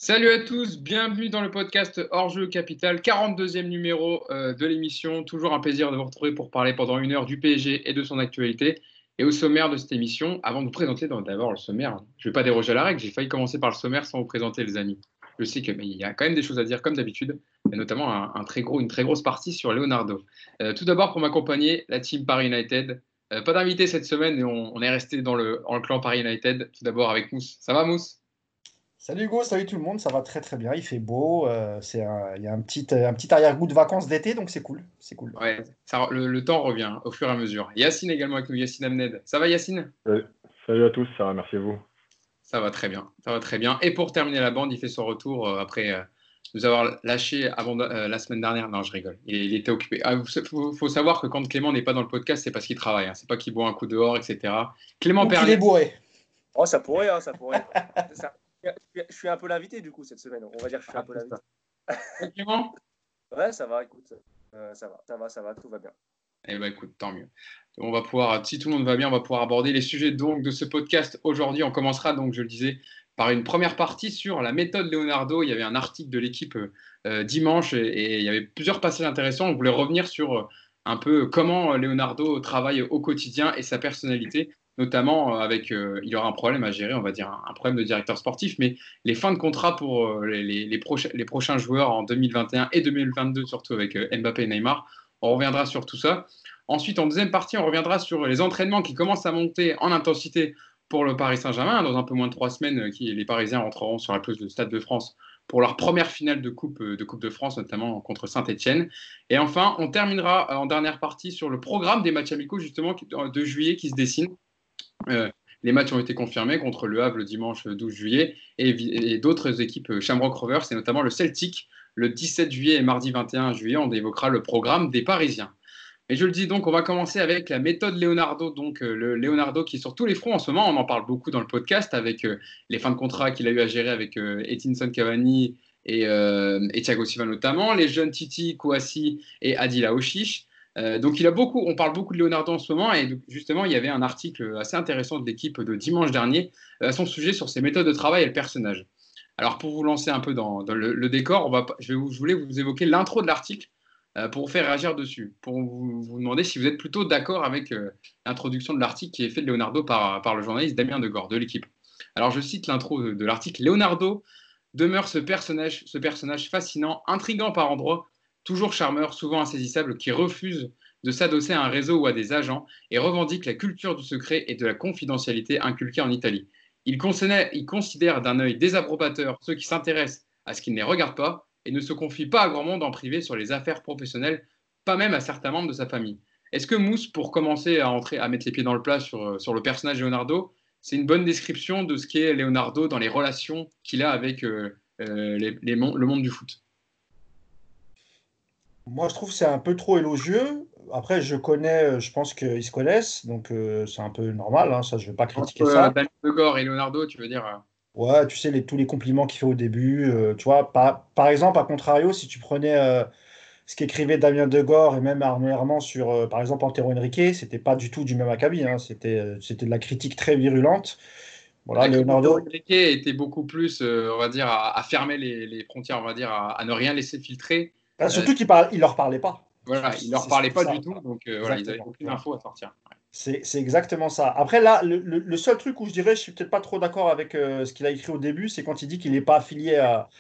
Salut à tous, bienvenue dans le podcast Hors-jeu Capital, 42e numéro de l'émission. Toujours un plaisir de vous retrouver pour parler pendant une heure du PSG et de son actualité. Et au sommaire de cette émission, avant de vous présenter d'abord le sommaire, je ne vais pas déroger à la règle, j'ai failli commencer par le sommaire sans vous présenter les amis. Je sais qu'il y a quand même des choses à dire comme d'habitude, et notamment une très grosse partie sur Leonardo. Tout d'abord pour m'accompagner, la team Paris United. Pas d'invité cette semaine et on est resté dans le clan Paris United. Tout d'abord avec Mousse. Ça va Mousse? Salut Hugo, salut tout le monde, ça va très très bien, il fait beau, il y a un petit arrière-goût de vacances d'été, donc c'est cool, c'est cool. Ouais, le temps revient au fur et à mesure. Yacine également avec nous, Yacine Amned. Ça va Yacine? Salut, salut à tous, ça va, merci à vous. Ça va très bien, ça va très bien. Et pour terminer la bande, il fait son retour après nous avoir lâché la semaine dernière. Non, je rigole. Il était occupé. Faut savoir que quand Clément n'est pas dans le podcast, c'est parce qu'il travaille. Hein. C'est pas qu'il boit un coup dehors, etc. Clément Ou qu'il est Pernet. bourré. Oh, ça pourrait, ça pourrait. Je suis un peu l'invité du coup cette semaine. On va dire que je suis un peu l'invité. Clément? Ouais, ça va, écoute. Ça va, tout va bien. Eh ben écoute, tant mieux. On va pouvoir, si tout le monde va bien, on va pouvoir aborder les sujets donc de ce podcast aujourd'hui. On commencera donc, je le disais, par une première partie sur la méthode Leonardo. Il y avait un article de l'équipe dimanche et il y avait plusieurs passages intéressants. On voulait revenir sur un peu comment Leonardo travaille au quotidien et sa personnalité, notamment avec, il y aura un problème à gérer, on va dire un problème de directeur sportif, mais les fins de contrat pour les prochains joueurs en 2021 et 2022, surtout avec Mbappé et Neymar. On reviendra sur tout ça. Ensuite, en deuxième partie, on reviendra sur les entraînements qui commencent à monter en intensité pour le Paris Saint-Germain. Dans un peu moins de 3 semaines, les Parisiens rentreront sur la pelouse du Stade de France pour leur première finale de Coupe de France, notamment contre Saint-Etienne. Et enfin, on terminera en dernière partie sur le programme des matchs amicaux, justement, de juillet qui se dessinent. Les matchs ont été confirmés contre Le Havre le dimanche 12 juillet et d'autres équipes Shamrock Rovers, et notamment le Celtic, le 17 juillet et mardi 21 juillet. On évoquera le programme des Parisiens. Et je le dis donc, on va commencer avec la méthode Leonardo, donc le Leonardo qui est sur tous les fronts en ce moment. On en parle beaucoup dans le podcast avec les fins de contrat qu'il a eu à gérer avec Edinson Cavani et Thiago Silva notamment, les jeunes Titi, Kouassi et Adila Oshish. Donc on parle beaucoup de Leonardo en ce moment et justement il y avait un article assez intéressant de l'équipe de dimanche dernier à son sujet sur ses méthodes de travail et le personnage. Alors pour vous lancer un peu dans le décor, je voulais vous évoquer l'intro de l'article pour vous faire réagir dessus, pour vous demander si vous êtes plutôt d'accord avec l'introduction de l'article qui est fait de Leonardo par le journaliste Damien Degord de l'équipe. Alors je cite l'intro de l'article. Leonardo demeure ce personnage fascinant, intriguant par endroits, toujours charmeur, souvent insaisissable, qui refuse de s'adosser à un réseau ou à des agents et revendique la culture du secret et de la confidentialité inculquée en Italie. Il considère d'un œil désapprobateur ceux qui s'intéressent à ce qu'il ne les regarde pas et ne se confie pas à grand monde en privé sur les affaires professionnelles, pas même à certains membres de sa famille. Est-ce que Mousse, pour commencer à mettre les pieds dans le plat sur le personnage Leonardo, c'est une bonne description de ce qu'est Leonardo dans les relations qu'il a avec le monde du foot? Moi je trouve que c'est un peu trop élogieux. Après je connais, je pense qu'ils se connaissent, donc c'est un peu normal, hein, ça je ne vais pas critiquer Entre ça. Damien Degord et Leonardo, tu veux dire Ouais, tu sais, tous les compliments qu'il fait au début, tu vois, par exemple, à contrario, si tu prenais ce qu'écrivait Damien Degord et même Arnaud Herman sur, par exemple, Antero Henrique, c'était pas du tout du même acabit, hein, c'était de la critique très virulente. Voilà, avec Antero Leonardo. Henrique était beaucoup plus, on va dire, à fermer les frontières, on va dire, à ne rien laisser filtrer. Surtout il leur parlait pas. Voilà, il leur C'est parlait surtout pas ça. du tout, donc voilà, ils n'avaient Exactement. aucune info à sortir. C'est exactement ça. Après, là, le seul truc où je dirais, je suis peut-être pas trop d'accord avec ce qu'il a écrit au début, c'est quand il dit qu'il n'est pas affilié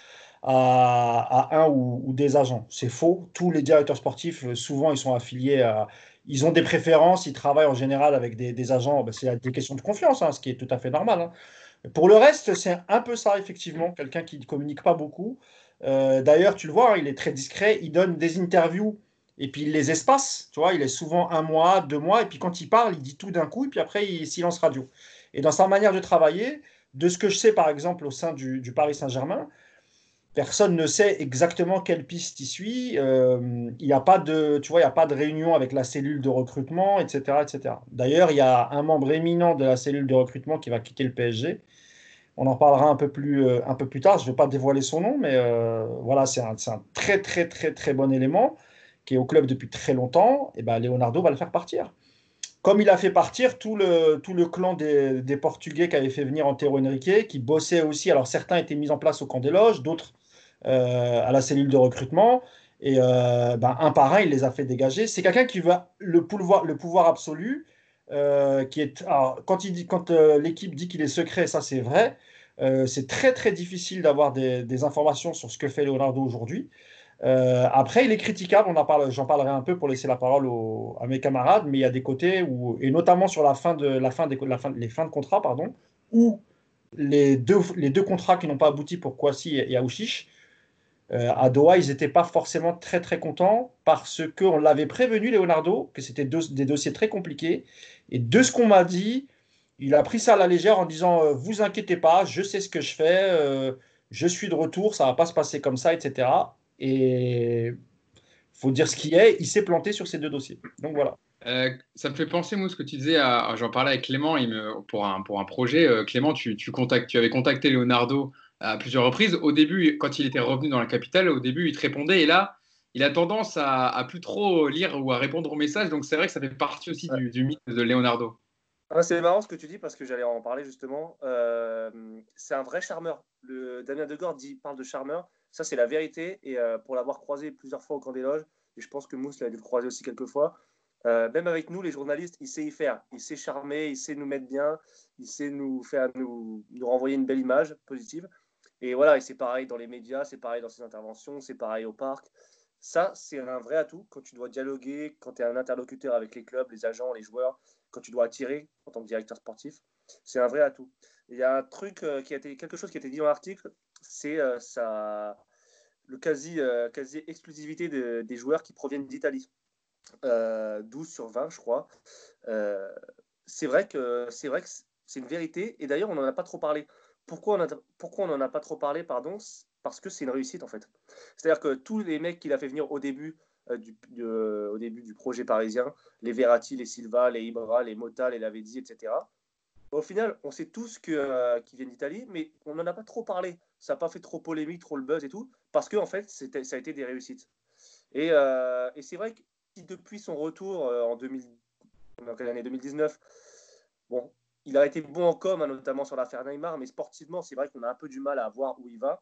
à un ou des agents. C'est faux. Tous les directeurs sportifs, souvent, ils sont affiliés à. Ils ont des préférences, ils travaillent en général avec des agents. Ben, c'est des questions de confiance, hein, ce qui est tout à fait normal, hein. Pour le reste, c'est un peu ça, effectivement. Quelqu'un qui ne communique pas beaucoup. D'ailleurs, tu le vois, hein, il est très discret. Il donne des interviews et puis il les espace. Tu vois, il est souvent 1 mois, 2 mois. Et puis quand il parle, il dit tout d'un coup. Et puis après, il silence radio. Et dans sa manière de travailler, de ce que je sais, par exemple, au sein du Paris Saint-Germain, personne ne sait exactement quelle piste il suit. Il n'y a pas de, tu vois, il y a pas de réunion avec la cellule de recrutement, etc., etc. D'ailleurs, il y a un membre éminent de la cellule de recrutement qui va quitter le PSG. On en parlera un peu plus tard. Je ne vais pas dévoiler son nom, mais voilà, c'est un très, très, très, très bon élément qui est au club depuis très longtemps. Et ben, Leonardo va le faire partir. comme il a fait partir tout le clan des Portugais qui avait fait venir Antero Henrique, qui bossaient aussi. Alors certains étaient mis en place au camp des loges, d'autres à la cellule de recrutement. Et un par un, il les a fait dégager. C'est quelqu'un qui veut le pouvoir absolu. Alors, quand l'équipe dit qu'il est secret, ça c'est vrai. C'est très très difficile d'avoir des informations sur ce que fait Leonardo aujourd'hui. Après, il est critiquable, j'en parlerai un peu pour laisser la parole à mes camarades, mais il y a des côtés et notamment sur les fins de contrat, pardon, où les deux contrats qui n'ont pas abouti pour Kouassi et Aouchiche, à Doha, ils n'étaient pas forcément très très contents parce qu'on l'avait prévenu, Leonardo, que c'était des dossiers très compliqués. Et de ce qu'on m'a dit, il a pris ça à la légère en disant vous inquiétez pas, je sais ce que je fais, je suis de retour, ça va pas se passer comme ça, etc. Et faut dire ce qui est, il s'est planté sur ces deux dossiers. Donc voilà. Ça me fait penser, moi, ce que tu disais, j'en parlais avec Clément pour un projet. Clément, tu avais contacté Leonardo à plusieurs reprises. Au début, quand il était revenu dans la capitale, au début, il te répondait et là, il a tendance à plus trop lire ou à répondre aux messages. Donc c'est vrai que ça fait partie aussi Ouais. du mythe de Leonardo. Ah, c'est marrant ce que tu dis parce que j'allais en parler justement. C'est un vrai charmeur. Damien Degord parle de charmeur. Ça, c'est la vérité. Et pour l'avoir croisé plusieurs fois au camp des loges, et je pense que Mousse l'a dû le croiser aussi quelques fois, même avec nous, les journalistes, il sait y faire. Il sait charmer, il sait nous mettre bien, il sait nous faire nous renvoyer une belle image positive. Et voilà, et c'est pareil dans les médias, c'est pareil dans ses interventions, c'est pareil au parc. Ça, c'est un vrai atout quand tu dois dialoguer, quand tu es un interlocuteur avec les clubs, les agents, les joueurs, quand tu dois attirer en tant que directeur sportif. C'est un vrai atout. Il y a un truc quelque chose qui a été dit dans l'article, c'est le quasi exclusivité des joueurs qui proviennent d'Italie. 12 sur 20, je crois. Euh, c'est vrai que c'est une vérité. Et d'ailleurs, on n'en a pas trop parlé. Pourquoi on n'en a pas trop parlé, pardon? Parce que c'est une réussite, en fait. C'est-à-dire que tous les mecs qu'il a fait venir au début, au début du projet parisien, les Verratti, les Silva, les Ibra, les Mota, les Lavezzi, etc. Au final, on sait tous qu'ils viennent d'Italie, mais on n'en a pas trop parlé. Ça n'a pas fait trop polémique, trop le buzz et tout, parce que en fait, ça a été des réussites. Et c'est vrai que depuis son retour en 2019, bon, il a été bon en com, hein, notamment sur l'affaire Neymar, mais sportivement, c'est vrai qu'on a un peu du mal à voir où il va.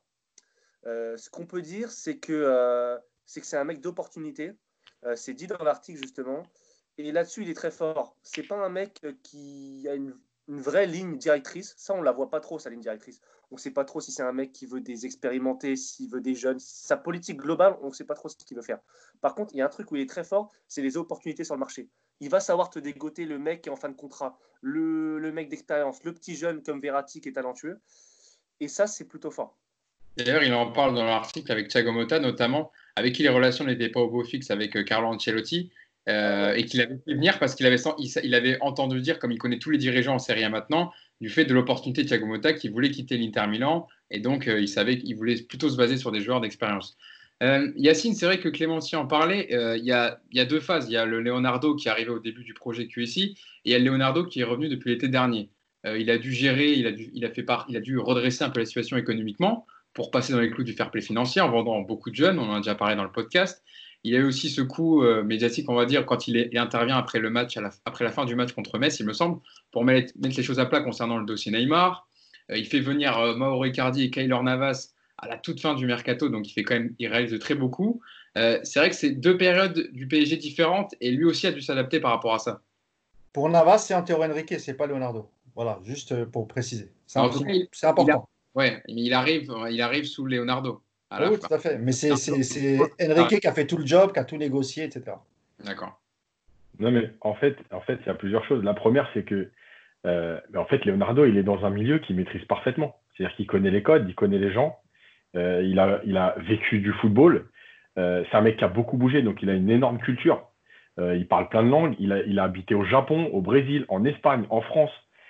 Ce qu'on peut dire, c'est que c'est un mec d'opportunité. C'est dit dans l'article, justement. Et là-dessus, il est très fort. C'est pas un mec qui a une vraie ligne directrice. Ça, on la voit pas trop, sa ligne directrice. On sait pas trop si c'est un mec qui veut des expérimentés, s'il veut des jeunes. Sa politique globale, on sait pas trop ce qu'il veut faire. Par contre, il y a un truc où il est très fort, c'est les opportunités sur le marché. Il va savoir te dégoter le mec qui est en fin de contrat, le mec d'expérience, le petit jeune comme Verratti qui est talentueux. Et ça, c'est plutôt fort. D'ailleurs, il en parle dans l'article avec Thiago Motta, notamment, avec qui les relations n'étaient pas au beau fixe avec Carlo Ancelotti, et qu'il avait fait venir parce il avait entendu dire, comme il connaît tous les dirigeants en Serie A maintenant, du fait de l'opportunité de Thiago Motta qui voulait quitter l'Inter Milan, et donc il savait qu'il voulait plutôt se baser sur des joueurs d'expérience. Yacine, c'est vrai que Clément aussi en parlait, il y a deux phases. Il y a le Leonardo qui est arrivé au début du projet QSI, et il y a le Leonardo qui est revenu depuis l'été dernier. Il a dû gérer, il a dû redresser un peu la situation économiquement pour passer dans les clous du fair play financier en vendant beaucoup de jeunes, on en a déjà parlé dans le podcast. Il y a eu aussi ce coup médiatique, on va dire, quand il intervient après le match, après la fin du match contre Metz, il me semble, pour mettre les choses à plat concernant le dossier Neymar. Il fait venir Mauro Icardi et Keylor Navas à la toute fin du mercato, donc il réalise de très beau coup. C'est vrai que c'est deux périodes du PSG différentes et lui aussi a dû s'adapter par rapport à ça. Pour Navas, c'est Antero Henrique, c'est pas Leonardo. Voilà, juste pour préciser. En tout cas, C'est important. ouais, mais il arrive sous Leonardo à la Oui, fin. tout à fait. Mais c'est Henrique qui a fait tout le job, qui a tout négocié, etc. D'accord. Non, mais en fait, il y a plusieurs choses. La première, c'est que en fait, Leonardo, il est dans un milieu qu'il maîtrise parfaitement. C'est-à-dire qu'il connaît les codes, il connaît les gens. Il a vécu du football. C'est un mec qui a beaucoup bougé, donc il a une énorme culture. Il parle plein de langues. Il a habité au Japon, au Brésil, en Espagne, en France,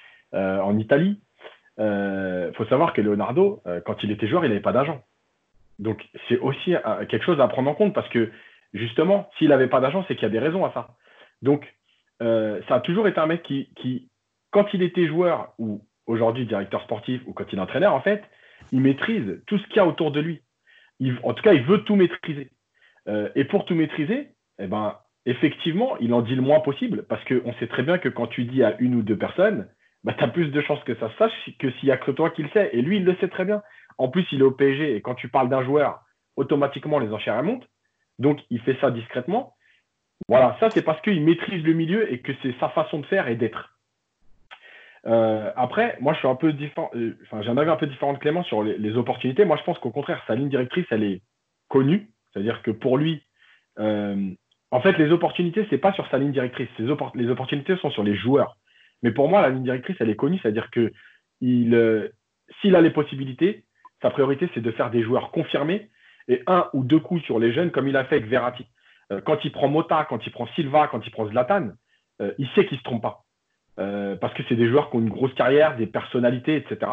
en Italie. Faut savoir que Leonardo, quand il était joueur, il n'avait pas d'agent. Donc, c'est aussi quelque chose à prendre en compte parce que, justement, s'il n'avait pas d'agent, c'est qu'il y a des raisons à ça. Donc, ça a toujours été un mec qui, quand il était joueur ou aujourd'hui directeur sportif ou quand il est entraîneur, en fait, il maîtrise tout ce qu'il y a autour de lui. En tout cas, il veut tout maîtriser. Et pour tout maîtriser, eh ben, effectivement, il en dit le moins possible parce qu'on sait très bien que quand tu dis à une ou deux personnes, bah, tu as plus de chances que ça se sache que s'il n'y a que toi qui le sais. Et lui, il le sait très bien. En plus, il est au PSG et quand tu parles d'un joueur, automatiquement, les enchères montent. Donc, il fait ça discrètement. Voilà, ça, c'est parce qu'il maîtrise le milieu et que c'est sa façon de faire et d'être. Après, moi, je suis un peu différent. J'ai un avis un peu différent de Clément sur les opportunités. Moi, je pense qu'au contraire, sa ligne directrice, elle est connue. C'est-à-dire que pour lui, en fait, les opportunités, c'est pas sur sa ligne directrice. Les opportunités sont sur les joueurs. Mais pour moi, la ligne directrice, elle est connue. C'est-à-dire que s'il a les possibilités, sa priorité, c'est de faire des joueurs confirmés et un ou deux coups sur les jeunes, comme il a fait avec Verratti. Quand il prend Mota, quand il prend Silva, quand il prend Zlatan, il sait qu'il ne se trompe pas. Parce que c'est des joueurs qui ont une grosse carrière, des personnalités, etc.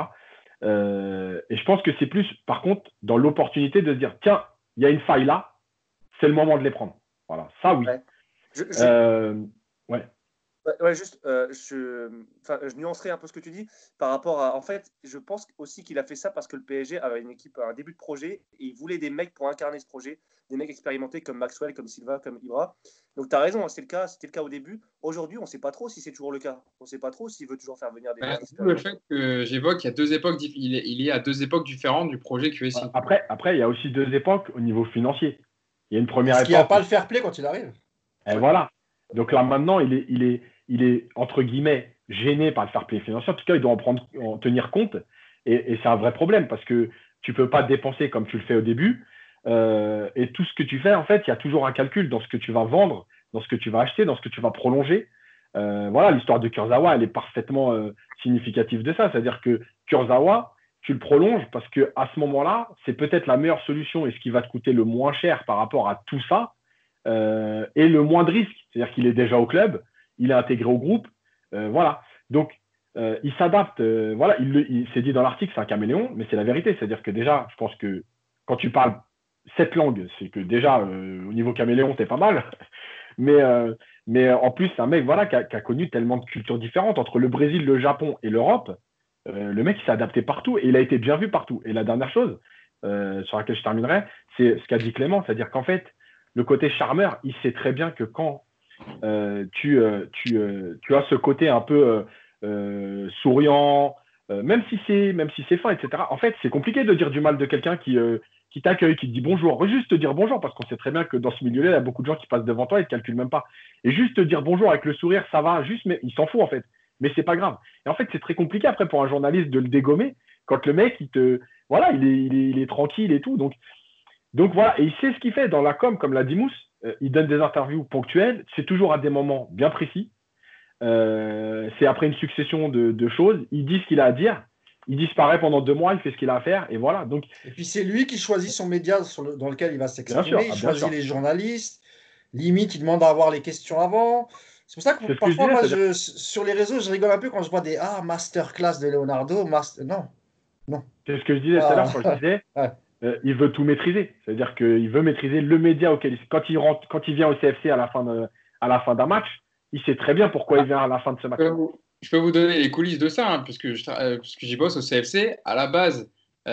Et je pense que c'est plus, par contre, dans l'opportunité de se dire, tiens, il y a une faille là, c'est le moment de les prendre. Voilà, ça oui. Ouais. Ouais, juste, je nuancerai un peu ce que tu dis par rapport à. En fait, je pense aussi qu'il a fait ça parce que le PSG avait une équipe, un début de projet, et il voulait des mecs pour incarner ce projet, des mecs expérimentés comme Maxwell, comme Silva, comme Ibra. Donc, tu as raison, c'était le cas au début. Aujourd'hui, on ne sait pas trop si c'est toujours le cas. On ne sait pas trop s'il veut toujours faire venir des mecs expérimentés. Le fait que j'évoque, il y a deux époques, il est à deux époques différentes du projet QSI. Après, il y a aussi deux époques au niveau financier. Il y a une première époque. Parce qu'il n'y a pas le fair play quand il arrive. Et voilà. Donc là, maintenant, il est entre guillemets gêné par le fair play financier. En tout cas, il doit en tenir compte. Et c'est un vrai problème parce que tu ne peux pas dépenser comme tu le fais au début. Et tout ce que tu fais, en fait, il y a toujours un calcul dans ce que tu vas vendre, dans ce que tu vas acheter, dans ce que tu vas prolonger. Voilà, l'histoire de Kurzawa, elle est parfaitement significative de ça. C'est-à-dire que Kurzawa, tu le prolonges parce qu'à ce moment-là, c'est peut-être la meilleure solution et ce qui va te coûter le moins cher par rapport à tout ça. Et le moins de risques. C'est-à-dire qu'il est déjà au club, il est intégré au groupe. Voilà. Donc, il s'adapte. Voilà, il s'est dit dans l'article, c'est un caméléon, mais c'est la vérité. C'est-à-dire que déjà, je pense que quand tu parles 7 langues, c'est que déjà, au niveau caméléon, t'es pas mal. Mais en plus, c'est un mec voilà, qui a connu tellement de cultures différentes entre le Brésil, le Japon et l'Europe. Le mec, il s'est adapté partout et il a été bien vu partout. Et la dernière chose sur laquelle je terminerai, c'est ce qu'a dit Clément. C'est-à-dire qu'en fait, le côté charmeur, il sait très bien que quand tu as ce côté un peu souriant, même si c'est fin, etc. En fait, c'est compliqué de dire du mal de quelqu'un qui t'accueille, qui te dit bonjour. Juste te dire bonjour, parce qu'on sait très bien que dans ce milieu-là, il y a beaucoup de gens qui passent devant toi et ne te calculent même pas. Et juste te dire bonjour avec le sourire, ça va, juste, mais il s'en fout en fait. Mais c'est pas grave. Et en fait, c'est très compliqué après pour un journaliste de le dégommer quand le mec, il est tranquille et tout. Donc voilà, et il sait ce qu'il fait dans la com, comme l'a dit Mousse. Il donne des interviews ponctuelles, c'est toujours à des moments bien précis. C'est après une succession de choses. Il dit ce qu'il a à dire, il disparaît pendant 2 mois, il fait ce qu'il a à faire, et voilà. Donc, et puis c'est lui qui choisit son média dans lequel il va s'exprimer, il choisit les journalistes, limite il demande à avoir les questions avant. C'est pour ça que parfois, moi, sur les réseaux, je rigole un peu quand je vois des masterclass de Leonardo. Non. C'est ce que je disais tout à l'heure quand je disais. Ouais. Il veut tout maîtriser. C'est-à-dire qu'il veut maîtriser le média auquel quand il vient au CFC à la fin d'un match, il sait très bien pourquoi il vient à la fin de ce match. Je peux vous donner les coulisses de ça, puisque j'y bosse au CFC. À la base,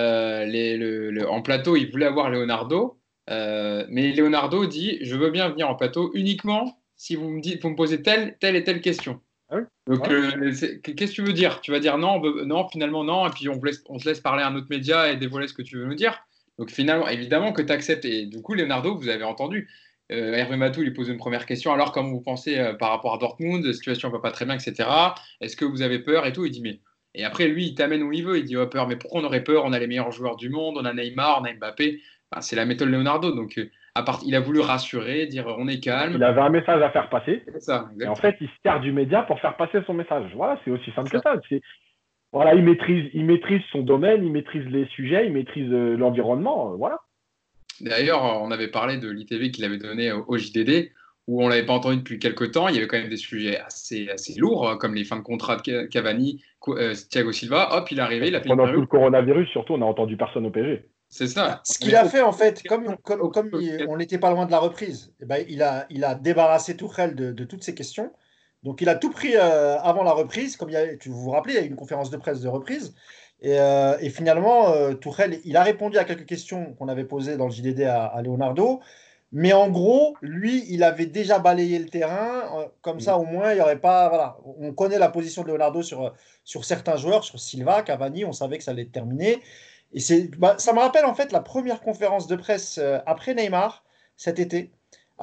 en plateau, il voulait avoir Leonardo, mais Leonardo dit « Je veux bien venir en plateau uniquement si vous me posez telle et telle question. » Donc, qu'est-ce que tu veux dire? Tu vas dire non, finalement non, et puis on te laisse parler à un autre média et dévoiler ce que tu veux nous dire. Donc finalement, évidemment que tu acceptes. Et du coup, Leonardo, vous avez entendu, Hervé Matou lui pose une première question. Alors, comment vous pensez par rapport à Dortmund, la situation ne va pas très bien, etc. Est-ce que vous avez peur et tout? Il dit mais. Et après, lui, il t'amène où il veut. Il dit peur, mais pourquoi on aurait peur? On a les meilleurs joueurs du monde, on a Neymar, on a Mbappé. Enfin, c'est la méthode Leonardo. Donc, il a voulu rassurer, dire on est calme. Il avait un message à faire passer. C'est ça, et en fait, il se sert du média pour faire passer son message. Voilà, c'est aussi simple que ça. Voilà, il maîtrise son domaine, il maîtrise les sujets, il maîtrise l'environnement. Voilà. D'ailleurs, on avait parlé de l'ITV qu'il avait donné au JDD, où on ne l'avait pas entendu depuis quelques temps. Il y avait quand même des sujets assez lourds, comme les fins de contrat de Cavani, Thiago Silva. Hop, il est arrivé, il a fait pendant tout le coronavirus, surtout, on n'a entendu personne au PSG. C'est ça. Ce qu'il a fait, en fait, comme on n'était pas loin de la reprise, il a débarrassé Tuchel de toutes ces questions. Donc, il a tout pris avant la reprise. Comme vous vous rappelez, il y a eu une conférence de presse de reprise. Et finalement, Tuchel, il a répondu à quelques questions qu'on avait posées dans le JDD à Leonardo. Mais en gros, lui, il avait déjà balayé le terrain. Comme ça, au moins, il y aurait pas. Voilà, on connaît la position de Leonardo sur certains joueurs, sur Silva, Cavani, on savait que ça allait être terminé. Et ça me rappelle en fait la première conférence de presse après Neymar cet été,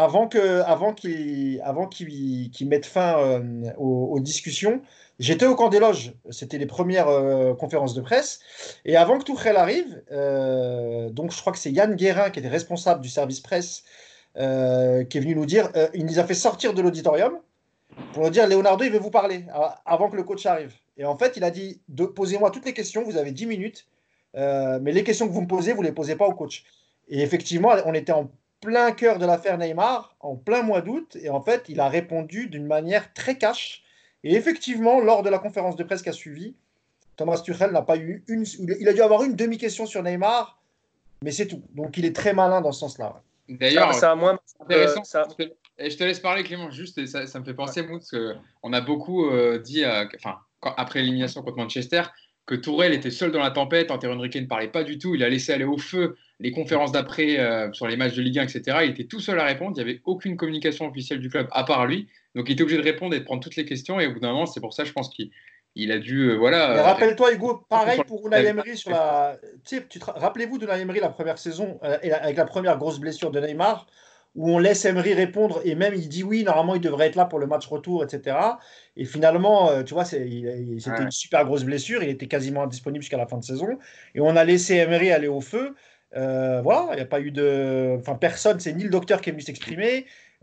avant qu'il mette fin aux discussions. J'étais au camp des loges, c'était les premières conférences de presse. Et avant que Tuchel arrive, donc je crois que c'est Yann Guérin qui était responsable du service presse qui est venu nous dire, il nous a fait sortir de l'auditorium pour nous dire Leonardo, il veut vous parler avant que le coach arrive. Et en fait, il a dit posez-moi toutes les questions, vous avez 10 minutes, mais les questions que vous me posez, vous ne les posez pas au coach. Et effectivement, on était en plein cœur de l'affaire Neymar, en plein mois d'août, et en fait, il a répondu d'une manière très cash. Et effectivement, lors de la conférence de presse qui a suivi, Thomas Tuchel n'a pas eu il a dû avoir une demi-question sur Neymar, mais c'est tout. Donc il est très malin dans ce sens-là. D'ailleurs, ça a moins intéressant. Et je te laisse parler, Clément, juste, et ça me fait penser, Mout, qu'on a beaucoup dit, après l'élimination contre Manchester, que Tourelle était seul dans la tempête. Antero Henrique ne parlait pas du tout. Il a laissé aller au feu les conférences d'après sur les matchs de Ligue 1, etc. Il était tout seul à répondre. Il n'y avait aucune communication officielle du club à part lui. Donc il était obligé de répondre et de prendre toutes les questions. Et au bout d'un moment, c'est pour ça, je pense qu'il a dû. Mais rappelle-toi, Hugo, pareil pour Unai Emery sur la. Tu sais, rappelez-vous de Unai Emery la première saison, avec la première grosse blessure de Neymar, où on laisse Emery répondre et même il dit oui, normalement il devrait être là pour le match retour, etc. Et finalement, tu vois, c'était une super grosse blessure, il était quasiment indisponible jusqu'à la fin de saison. Et on a laissé Emery aller au feu. Voilà, il n'y a pas eu de. Enfin, personne, c'est ni le docteur qui est venu s'exprimer,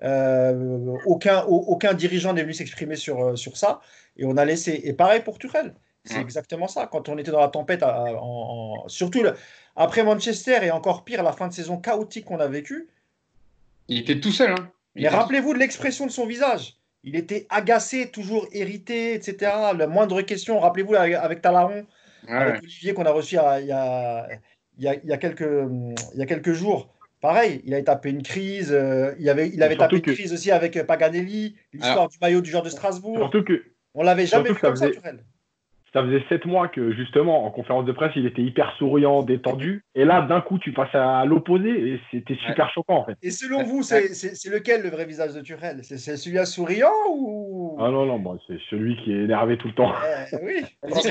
aucun dirigeant n'est venu s'exprimer sur ça. Et on a laissé. Et pareil pour Tuchel. C'est exactement ça. Quand on était dans la tempête, surtout après Manchester et encore pire, la fin de saison chaotique qu'on a vécue. Il était tout seul. Hein. Mais rappelez-vous de l'expression de son visage. Il était agacé, toujours irrité, etc. La moindre question, rappelez-vous avec Talaron, avec Olivier qu'on a reçu il y a quelques jours. Pareil, il a tapé une crise. Il avait tapé une crise aussi avec Paganelli, l'histoire du maillot du joueur de Strasbourg. Surtout que, on l'avait jamais vu comme ça, Tuchel. Ça faisait 7 mois que, justement, en conférence de presse, il était hyper souriant, détendu. Et là, d'un coup, tu passes à l'opposé et c'était super choquant, en fait. Et selon vous, c'est lequel le vrai visage de Tuchel? C'est celui-là souriant ou... Ah non, bon, c'est celui qui est énervé tout le temps. Oui.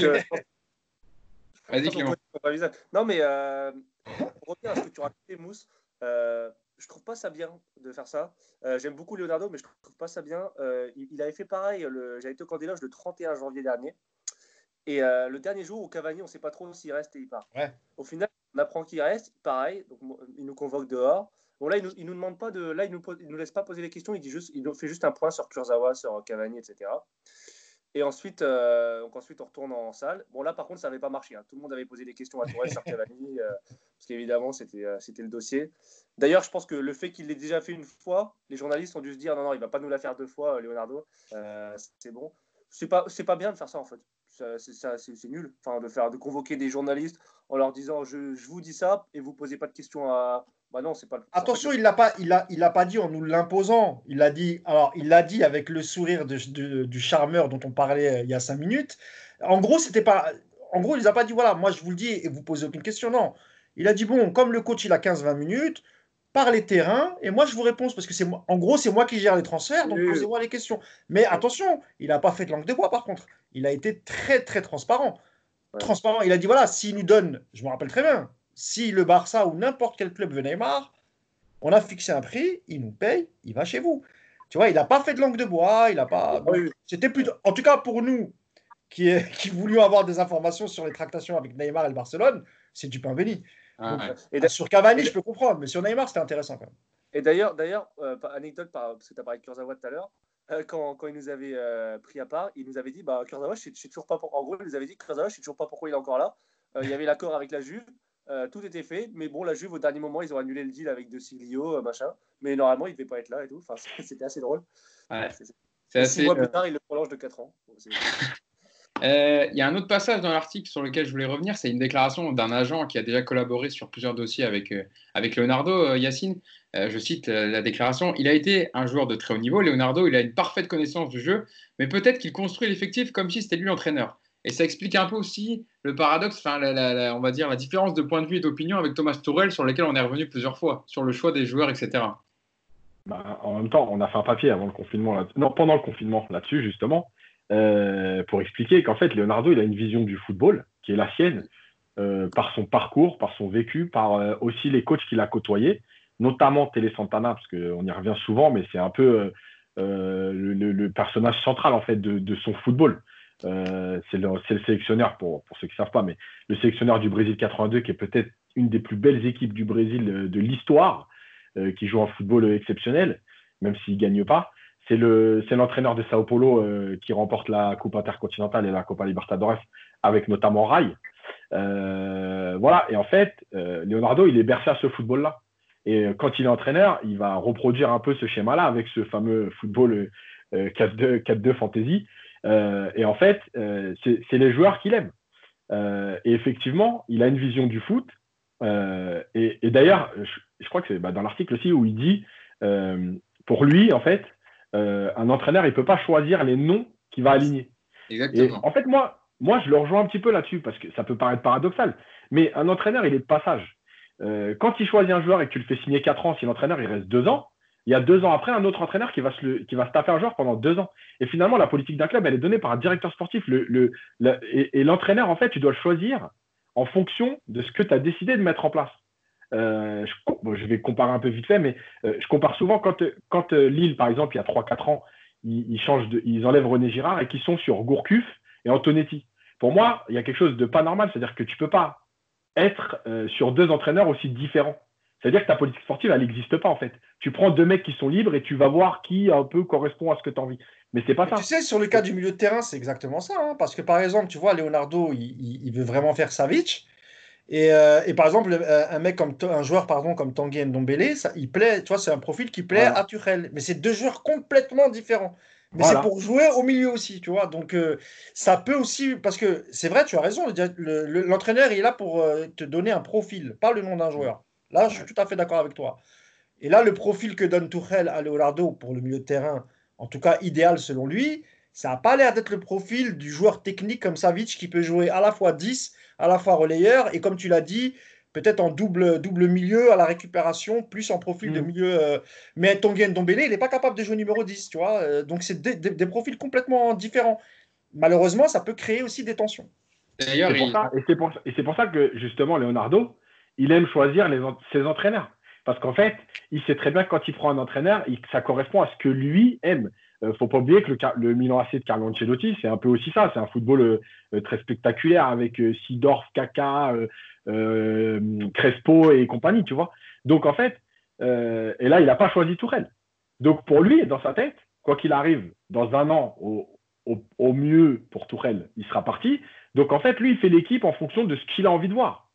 Vas-y, Clément. Non, mais pour revenir à ce que tu racontais, Mousse, je trouve pas ça bien de faire ça. J'aime beaucoup Leonardo, mais je trouve pas ça bien. Il avait fait pareil, j'avais été au camp des loges le 31 janvier dernier. Et le dernier jour, au Cavani, on ne sait pas trop s'il reste et il part. Ouais. Au final, on apprend qu'il reste, pareil. Donc, il nous convoque dehors. Bon, là, il nous demande pas de. Là, il nous laisse pas poser les questions. Il nous fait juste un point sur Kurzawa, sur Cavani, etc. Et ensuite, on retourne en salle. Bon, là, par contre, ça n'avait pas marché. Hein. Tout le monde avait posé des questions à Tourelle sur Cavani, parce qu'évidemment, c'était le dossier. D'ailleurs, je pense que le fait qu'il l'ait déjà fait une fois, les journalistes ont dû se dire non, il ne va pas nous la faire 2 fois, Leonardo. C'est bon. C'est pas bien de faire ça, en fait. C'est nul, enfin, de convoquer des journalistes en leur disant je vous dis ça et vous posez pas de questions à. Bah non, c'est pas. Attention, il l'a pas dit en nous l'imposant. Il l'a dit avec le sourire du charmeur dont on parlait il y a 5 minutes. En gros, il les a pas dit voilà, moi je vous le dis et vous posez aucune question. Non, il a dit bon, comme le coach il a 15-20 minutes, par les terrains et moi je vous réponds parce que en gros c'est moi qui gère les transferts, donc posez-moi les questions. Mais attention, il n'a pas fait de langue de bois par contre. Il a été très très transparent. Il a dit voilà, s'il nous donne, je me rappelle très bien, si le Barça ou n'importe quel club veut Neymar, on a fixé un prix, il nous paye, il va chez vous. Tu vois, il n'a pas fait de langue de bois, il n'a pas. C'était plutôt, en tout cas pour nous qui voulions avoir des informations sur les tractations avec Neymar et le Barcelone, c'est du pain béni. Donc, sur Cavani, je peux comprendre, mais sur Neymar, c'était intéressant quand même. Et d'ailleurs, anecdote, parce que tu as parlé de Kurzawa tout à l'heure, quand il nous avait pris à part, il nous avait dit Kurzawa, je sais toujours pas pourquoi. En gros, il nous avait dit Kurzawa, je sais toujours pas pourquoi il est encore là. Il y avait l'accord avec la Juve, tout était fait, mais bon, la Juve au dernier moment, ils ont annulé le deal avec De Siglio, machin. Mais normalement, il devait pas être là et tout. Enfin, c'était assez drôle. Ouais. C'est assez... 6 mois plus tard, il le prolonge de 4 ans. Il y a un autre passage dans l'article sur lequel je voulais revenir, c'est une déclaration d'un agent qui a déjà collaboré sur plusieurs dossiers avec Leonardo, Yacine. Je cite la déclaration. Il a été un joueur de très haut niveau, Leonardo, il a une parfaite connaissance du jeu, mais peut-être qu'il construit l'effectif comme si c'était lui l'entraîneur. Et ça explique un peu aussi le paradoxe, on va dire la différence de point de vue et d'opinion avec Thomas Tuchel sur lequel on est revenu plusieurs fois, sur le choix des joueurs, etc. Bah, en même temps, on a fait un papier avant le confinement, non, pendant le confinement là-dessus, justement, pour expliquer qu'en fait, Leonardo, il a une vision du football qui est la sienne, par son parcours, par son vécu, par aussi les coachs qu'il a côtoyés, notamment Télé Santana, parce qu'on y revient souvent, mais c'est un peu le personnage central en fait de son football. C'est le sélectionneur, pour ceux qui ne savent pas, mais le sélectionneur du Brésil 82, qui est peut-être une des plus belles équipes du Brésil de l'histoire, qui joue un football exceptionnel, même s'il ne gagne pas. C'est l'entraîneur de Sao Paulo qui remporte la Coupe intercontinentale et la Copa Libertadores, avec notamment Rai. Voilà, et en fait, Leonardo, il est bercé à ce football-là. Et quand il est entraîneur, il va reproduire un peu ce schéma-là avec ce fameux football 4-2 fantasy. Et en fait, c'est les joueurs qu'il aime. Et effectivement, il a une vision du foot. Et d'ailleurs, je crois que c'est dans l'article aussi où il dit, pour lui, en fait, un entraîneur, il ne peut pas choisir les noms qu'il va aligner. Exactement. Et en fait, moi, je le rejoins un petit peu là-dessus, parce que ça peut paraître paradoxal, mais un entraîneur, il est de passage. Quand il choisit un joueur et que tu le fais signer 4 ans, si l'entraîneur, il reste 2 ans, il y a 2 ans après, un autre entraîneur qui va se taper un joueur pendant 2 ans. Et finalement, la politique d'un club, elle est donnée par un directeur sportif. Et l'entraîneur, en fait, tu dois le choisir en fonction de ce que tu as décidé de mettre en place. Je vais comparer un peu vite fait, mais je compare souvent quand Lille, par exemple, il y a 3-4 ans, ils enlèvent René Girard et qu'ils sont sur Gourcuff et Antonetti. Pour moi, il y a quelque chose de pas normal, c'est-à-dire que tu ne peux pas être sur 2 entraîneurs aussi différents. C'est-à-dire que ta politique sportive, elle n'existe pas en fait. Tu prends 2 mecs qui sont libres et tu vas voir qui un peu correspond à ce que tu as envie. Mais c'est pas ça. Tu sais, sur le cas du milieu de terrain, c'est exactement ça. Hein, parce que par exemple, tu vois, Leonardo, il veut vraiment faire Savic. Et par exemple, un joueur pardon, comme Tanguy Ndombele, il plaît, tu vois, c'est un profil qui plaît Voilà. à Tuchel. Mais c'est 2 joueurs complètement différents. Mais Voilà. c'est pour jouer au milieu aussi, tu vois. Donc ça peut aussi, parce que c'est vrai, tu as raison, l'entraîneur il est là pour te donner un profil, pas le nom d'un joueur. Là, je suis tout à fait d'accord avec toi. Et là, le profil que donne Tuchel à Leonardo pour le milieu de terrain, en tout cas idéal selon lui, ça n'a pas l'air d'être le profil du joueur technique comme Savic qui peut jouer à la fois 10, à la fois relayeur, et comme tu l'as dit, peut-être en double milieu à la récupération, plus en profil de milieu. Mais Tanguy Ndombele, il n'est pas capable de jouer numéro 10, tu vois. Donc c'est des profils complètement différents. Malheureusement, ça peut créer aussi des tensions. D'ailleurs, c'est pour ça que justement Leonardo, il aime choisir ses entraîneurs. Parce qu'en fait, il sait très bien que quand il prend un entraîneur, ça correspond à ce que lui aime. Faut pas oublier que le Milan AC de Carlo Ancelotti, c'est un peu aussi ça. C'est un football très spectaculaire avec Seedorf, Kaka, Crespo et compagnie, tu vois. Donc en fait, et là, il n'a pas choisi Tourelle. Donc pour lui, dans sa tête, quoi qu'il arrive, dans un an, au mieux pour Tourelle, il sera parti. Donc en fait, lui, il fait l'équipe en fonction de ce qu'il a envie de voir.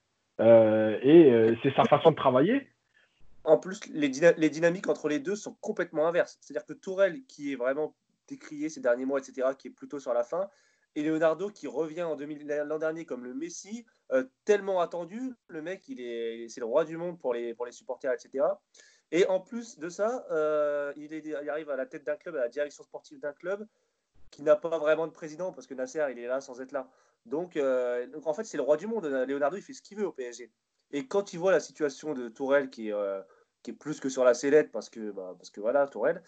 C'est sa façon de travailler. En plus, les dynamiques entre les deux sont complètement inverses. C'est-à-dire que Tourelle, qui est vraiment décrié ces derniers mois, etc., qui est plutôt sur la fin, et Leonardo, qui revient l'an dernier comme le Messi, tellement attendu. Le mec, c'est le roi du monde pour les supporters, etc. Et en plus de ça, il arrive à la tête d'un club, à la direction sportive d'un club, qui n'a pas vraiment de président, parce que Nasser, il est là sans être là. Donc en fait, c'est le roi du monde. Leonardo, il fait ce qu'il veut au PSG. Et quand il voit la situation de Tourelle, qui est plus que sur la sellette, parce que voilà, Tourelle,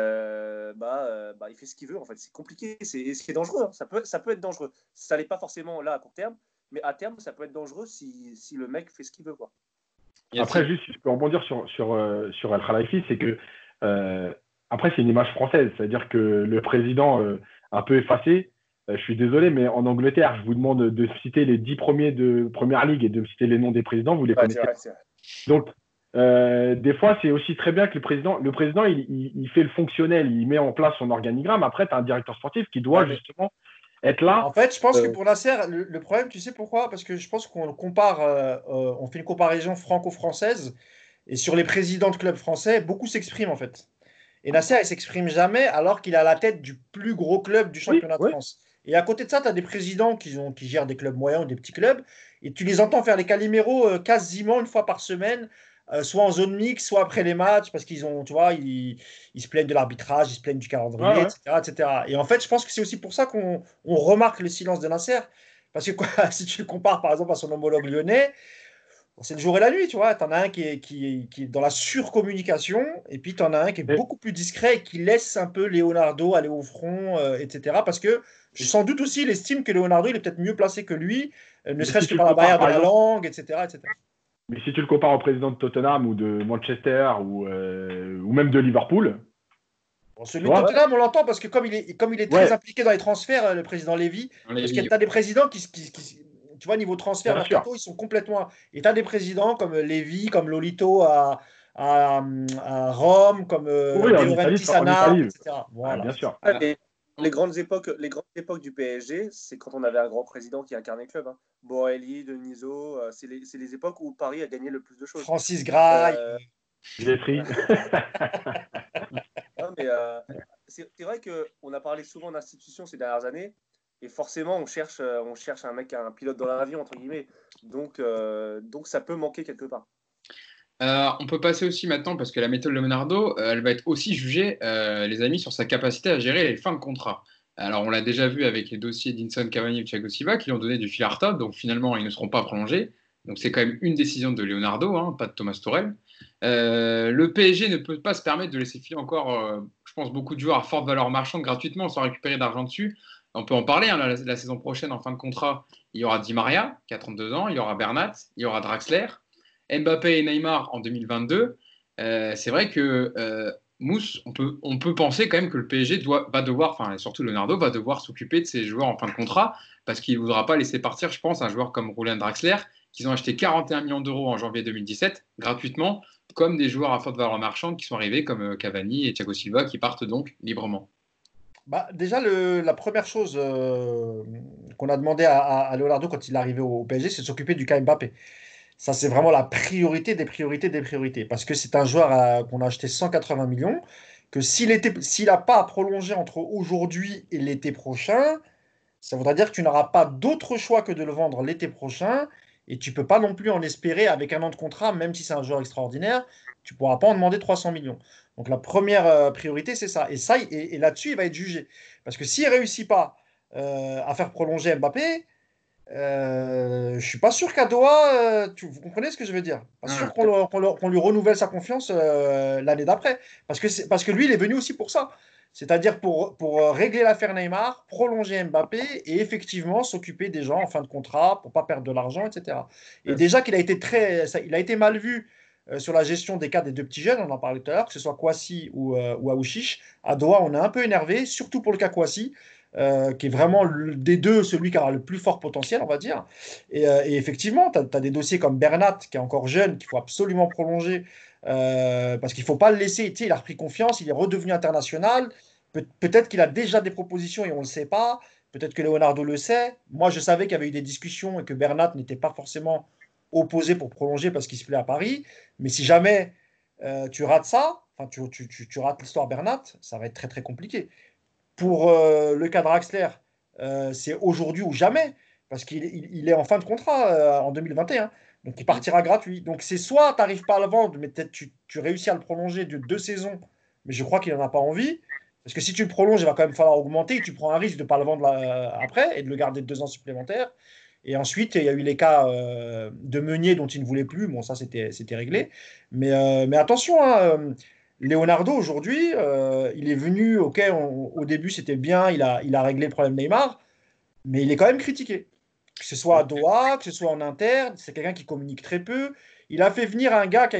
il fait ce qu'il veut. En fait, c'est compliqué, c'est dangereux. Hein. Ça peut être dangereux. Ça n'est pas forcément là à court terme, mais à terme, ça peut être dangereux si le mec fait ce qu'il veut, quoi. Après, juste, si je peux rebondir sur El Khalifi, c'est que après, c'est une image française, c'est-à-dire que le président un peu effacé, je suis désolé, mais en Angleterre, je vous demande de citer les 10 premiers de Première Ligue et de me citer les noms des présidents, vous les connaissez. C'est vrai. Donc, des fois, c'est aussi très bien que le président, il fait le fonctionnel, il met en place son organigramme. Après, tu as un directeur sportif qui doit justement être là. En fait, je pense que pour Nasser, le problème, tu sais pourquoi? Parce que je pense qu'on compare, on fait une comparaison franco-française, et sur les présidents de clubs français, beaucoup s'expriment en fait. Et Nasser, il s'exprime jamais alors qu'il est à la tête du plus gros club du championnat de France. Et à côté de ça, tu as des présidents qui gèrent des clubs moyens ou des petits clubs, et tu les entends faire les caliméros quasiment une fois par semaine, soit en zone mixte, soit après les matchs, parce qu'ils ont, tu vois, ils se plaignent de l'arbitrage, ils se plaignent du calendrier, etc. Et en fait, je pense que c'est aussi pour ça qu'on remarque le silence de Nasser, parce que si tu le compares par exemple à son homologue lyonnais, C'est le jour et la nuit, tu vois. Tu en as un qui est dans la surcommunication, et puis tu en as un qui est Mais, beaucoup plus discret et qui laisse un peu Leonardo aller au front, etc. Parce que sans doute aussi, il estime que Leonardo, il est peut-être mieux placé que lui, ne mais si serait-ce que tu le par la compares, barrière de par la exemple, langue, etc., etc. mais si tu le compares au président de Tottenham ou de Manchester ou même de Liverpool, Bon, tu celui de vois, Tottenham, on l'entend parce que comme il est très ouais, impliqué dans les transferts, le président Lévy, On l'a parce que vu. tu as des présidents tu vois, niveau transfert, bien sûr. mercato, ils sont complètement. Et tu as des présidents comme Lévy, comme Lolito à Rome, comme Oui, De en Italie, Laurentiis à en Naples, Italie, etc. ah, Voilà. bien sûr. Ouais, Voilà. mais les grandes époques du PSG, c'est quand on avait un grand président qui incarnait le club. Hein. Borelli, Denisot, c'est les époques où Paris a gagné le plus de choses. Francis Graille. Euh, Pietri. non, mais c'est vrai qu'on a parlé souvent d'institutions ces dernières années, et forcément on cherche un mec, un pilote dans l'avion, entre guillemets. Donc ça peut manquer quelque part. On peut passer aussi maintenant, parce que la méthode Leonardo, elle va être aussi jugée, les amis, sur sa capacité à gérer les fins de contrat. Alors, on l'a déjà vu avec les dossiers d'Inson Cavani et Thiago Silva, qui lui ont donné du fil à retordre, donc finalement, ils ne seront pas prolongés. Donc, c'est quand même une décision de Leonardo, hein, pas de Thomas Tuchel. Le PSG ne peut pas se permettre de laisser filer encore, je pense, beaucoup de joueurs à forte valeur marchande gratuitement sans récupérer d'argent dessus. On peut en parler, hein, la saison prochaine, en fin de contrat, il y aura Di Maria, qui a 32 ans, il y aura Bernat, il y aura Draxler. Mbappé et Neymar en 2022, c'est vrai que Mousse, on peut penser quand même que le PSG va devoir, enfin surtout Leonardo, va devoir s'occuper de ses joueurs en fin de contrat parce qu'il ne voudra pas laisser partir, je pense, un joueur comme Julian Draxler, qu'ils ont acheté 41 millions d'euros en janvier 2017 gratuitement, comme des joueurs à forte valeur marchande qui sont arrivés comme Cavani et Thiago Silva qui partent donc librement. Bah, déjà, la première chose qu'on a demandé à Leonardo quand il est arrivé au PSG, c'est de s'occuper du cas Mbappé. Ça, c'est vraiment la priorité des priorités des priorités. Parce que c'est un joueur qu'on a acheté 180 millions, que s'il n'a pas à prolonger entre aujourd'hui et l'été prochain, ça voudrait dire que tu n'auras pas d'autre choix que de le vendre l'été prochain. Et tu ne peux pas non plus en espérer avec un an de contrat, même si c'est un joueur extraordinaire, tu ne pourras pas en demander 300 millions. Donc la première priorité, c'est ça. Et là-dessus, il va être jugé. Parce que s'il ne réussit pas à faire prolonger Mbappé, je ne suis pas sûr qu'à Doha, vous comprenez ce que je veux dire? Pas sûr Ah, qu'on lui renouvelle sa confiance l'année d'après. Parce que lui, il est venu aussi pour ça. C'est-à-dire pour régler l'affaire Neymar, prolonger Mbappé et effectivement s'occuper des gens en fin de contrat pour pas perdre de l'argent, etc. Et déjà qu'il a été il a été mal vu sur la gestion des cas des deux petits jeunes, on en parlait tout à l'heure, que ce soit Kouassi ou Aouchiche. À Doha, on est un peu énervé, surtout pour le cas Kouassi qui est vraiment des deux celui qui a le plus fort potentiel, on va dire. Et effectivement, tu as des dossiers comme Bernat, qui est encore jeune, qu'il faut absolument prolonger, parce qu'il ne faut pas le laisser. Tu sais, il a repris confiance, il est redevenu international. Peut-être qu'il a déjà des propositions et on ne le sait pas. Peut-être que Leonardo le sait. Moi, je savais qu'il y avait eu des discussions et que Bernat n'était pas forcément opposé pour prolonger parce qu'il se plaît à Paris. Mais si jamais tu rates ça, enfin, tu rates l'histoire Bernat, ça va être très très compliqué. Pour le cas de Draxler, c'est aujourd'hui ou jamais, parce qu'il est en fin de contrat en 2021. Donc il partira gratuit. Donc c'est soit tu n'arrives pas à le vendre, mais peut-être tu réussis à le prolonger de 2 saisons, mais je crois qu'il n'en a pas envie. Parce que si tu le prolonges, il va quand même falloir augmenter et tu prends un risque de ne pas le vendre après et de le garder 2 ans supplémentaires. Et ensuite, il y a eu les cas de Meunier dont il ne voulait plus. Bon, ça, c'était réglé. Mais attention, hein, Leonardo, aujourd'hui, il est venu, ok, au début, c'était bien, il a réglé le problème Neymar, mais il est quand même critiqué. Que ce soit à Doha, que ce soit en interne, c'est quelqu'un qui communique très peu. Il a fait venir un gars,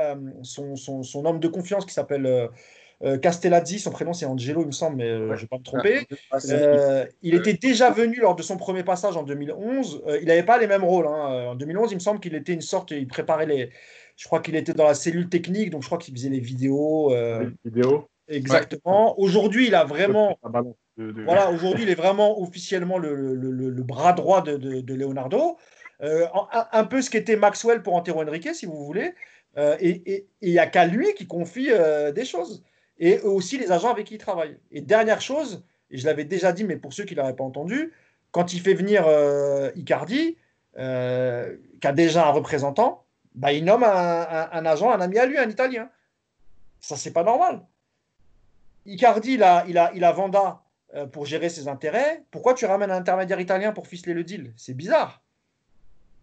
son homme de confiance qui s'appelle Castellazzi, son prénom c'est Angelo, il me semble, mais je ne vais pas me tromper. Il était déjà venu lors de son premier passage en 2011. Il n'avait pas les mêmes rôles. Hein. En 2011, il me semble qu'il était une sorte, il préparait les. Je crois qu'il était dans la cellule technique, donc je crois qu'il faisait les vidéos. Vidéo. ouais. Exactement. Aujourd'hui, il a vraiment. Ah, pardon. Voilà, aujourd'hui, il est vraiment officiellement le bras droit de Leonardo. Un peu ce qu'était Maxwell pour Antero Henrique, si vous voulez. Et il n'y a qu'à lui qui confie des choses. Et aussi les agents avec qui il travaille. Et dernière chose, et je l'avais déjà dit, mais pour ceux qui ne l'avaient pas entendu, quand il fait venir Icardi, qui a déjà un représentant, bah, il nomme un agent, un ami à lui, un Italien. Ça, c'est pas normal. Icardi, il a Vanda pour gérer ses intérêts. Pourquoi tu ramènes un intermédiaire italien pour ficeler le deal? C'est bizarre.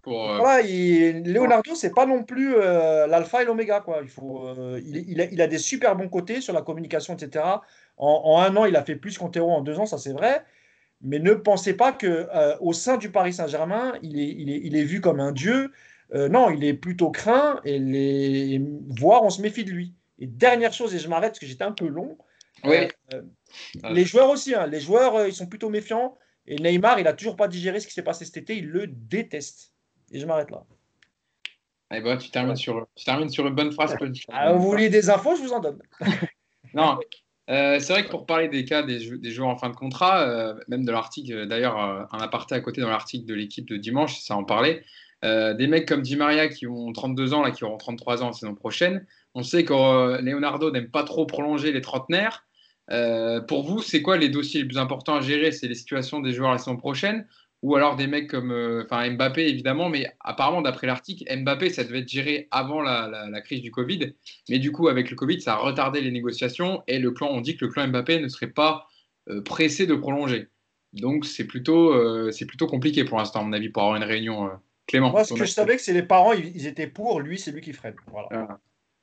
Voilà, Leonardo, c'est pas non plus l'alpha et l'oméga, quoi. Il a des super bons côtés sur la communication, etc. En 1 an, il a fait plus qu'Antero en 2 ans, ça c'est vrai. Mais ne pensez pas que au sein du Paris Saint-Germain, il est vu comme un dieu. Non, il est plutôt craint voire on se méfie de lui. Et dernière chose, et je m'arrête parce que j'étais un peu long. Oui. Les joueurs aussi, hein. Les joueurs, ils sont plutôt méfiants. Et Neymar, il a toujours pas digéré ce qui s'est passé cet été. Il le déteste. Et je m'arrête là. Eh ben, tu termines sur une bonne phrase. Vous voulez des infos, je vous en donne. Non, c'est vrai que pour parler des cas des joueurs en fin de contrat, même de l'article, d'ailleurs, un aparté à côté dans l'article de l'équipe de dimanche, ça en parlait, des mecs comme Di Maria qui ont 32 ans, là, qui auront 33 ans la saison prochaine. On sait que Leonardo n'aime pas trop prolonger les trentenaires. Pour vous, c'est quoi les dossiers les plus importants à gérer? C'est les situations des joueurs la saison prochaine ou alors des mecs comme Mbappé, évidemment, mais apparemment, d'après l'article, Mbappé, ça devait être géré avant la crise du Covid. Mais du coup, avec le Covid, ça a retardé les négociations et on dit que le clan Mbappé ne serait pas pressé de prolonger. Donc, c'est plutôt compliqué pour l'instant, à mon avis, pour avoir une réunion. Clément. Moi, ce que je savais, que c'est les parents, ils étaient pour. Lui, c'est lui qui freine. Voilà.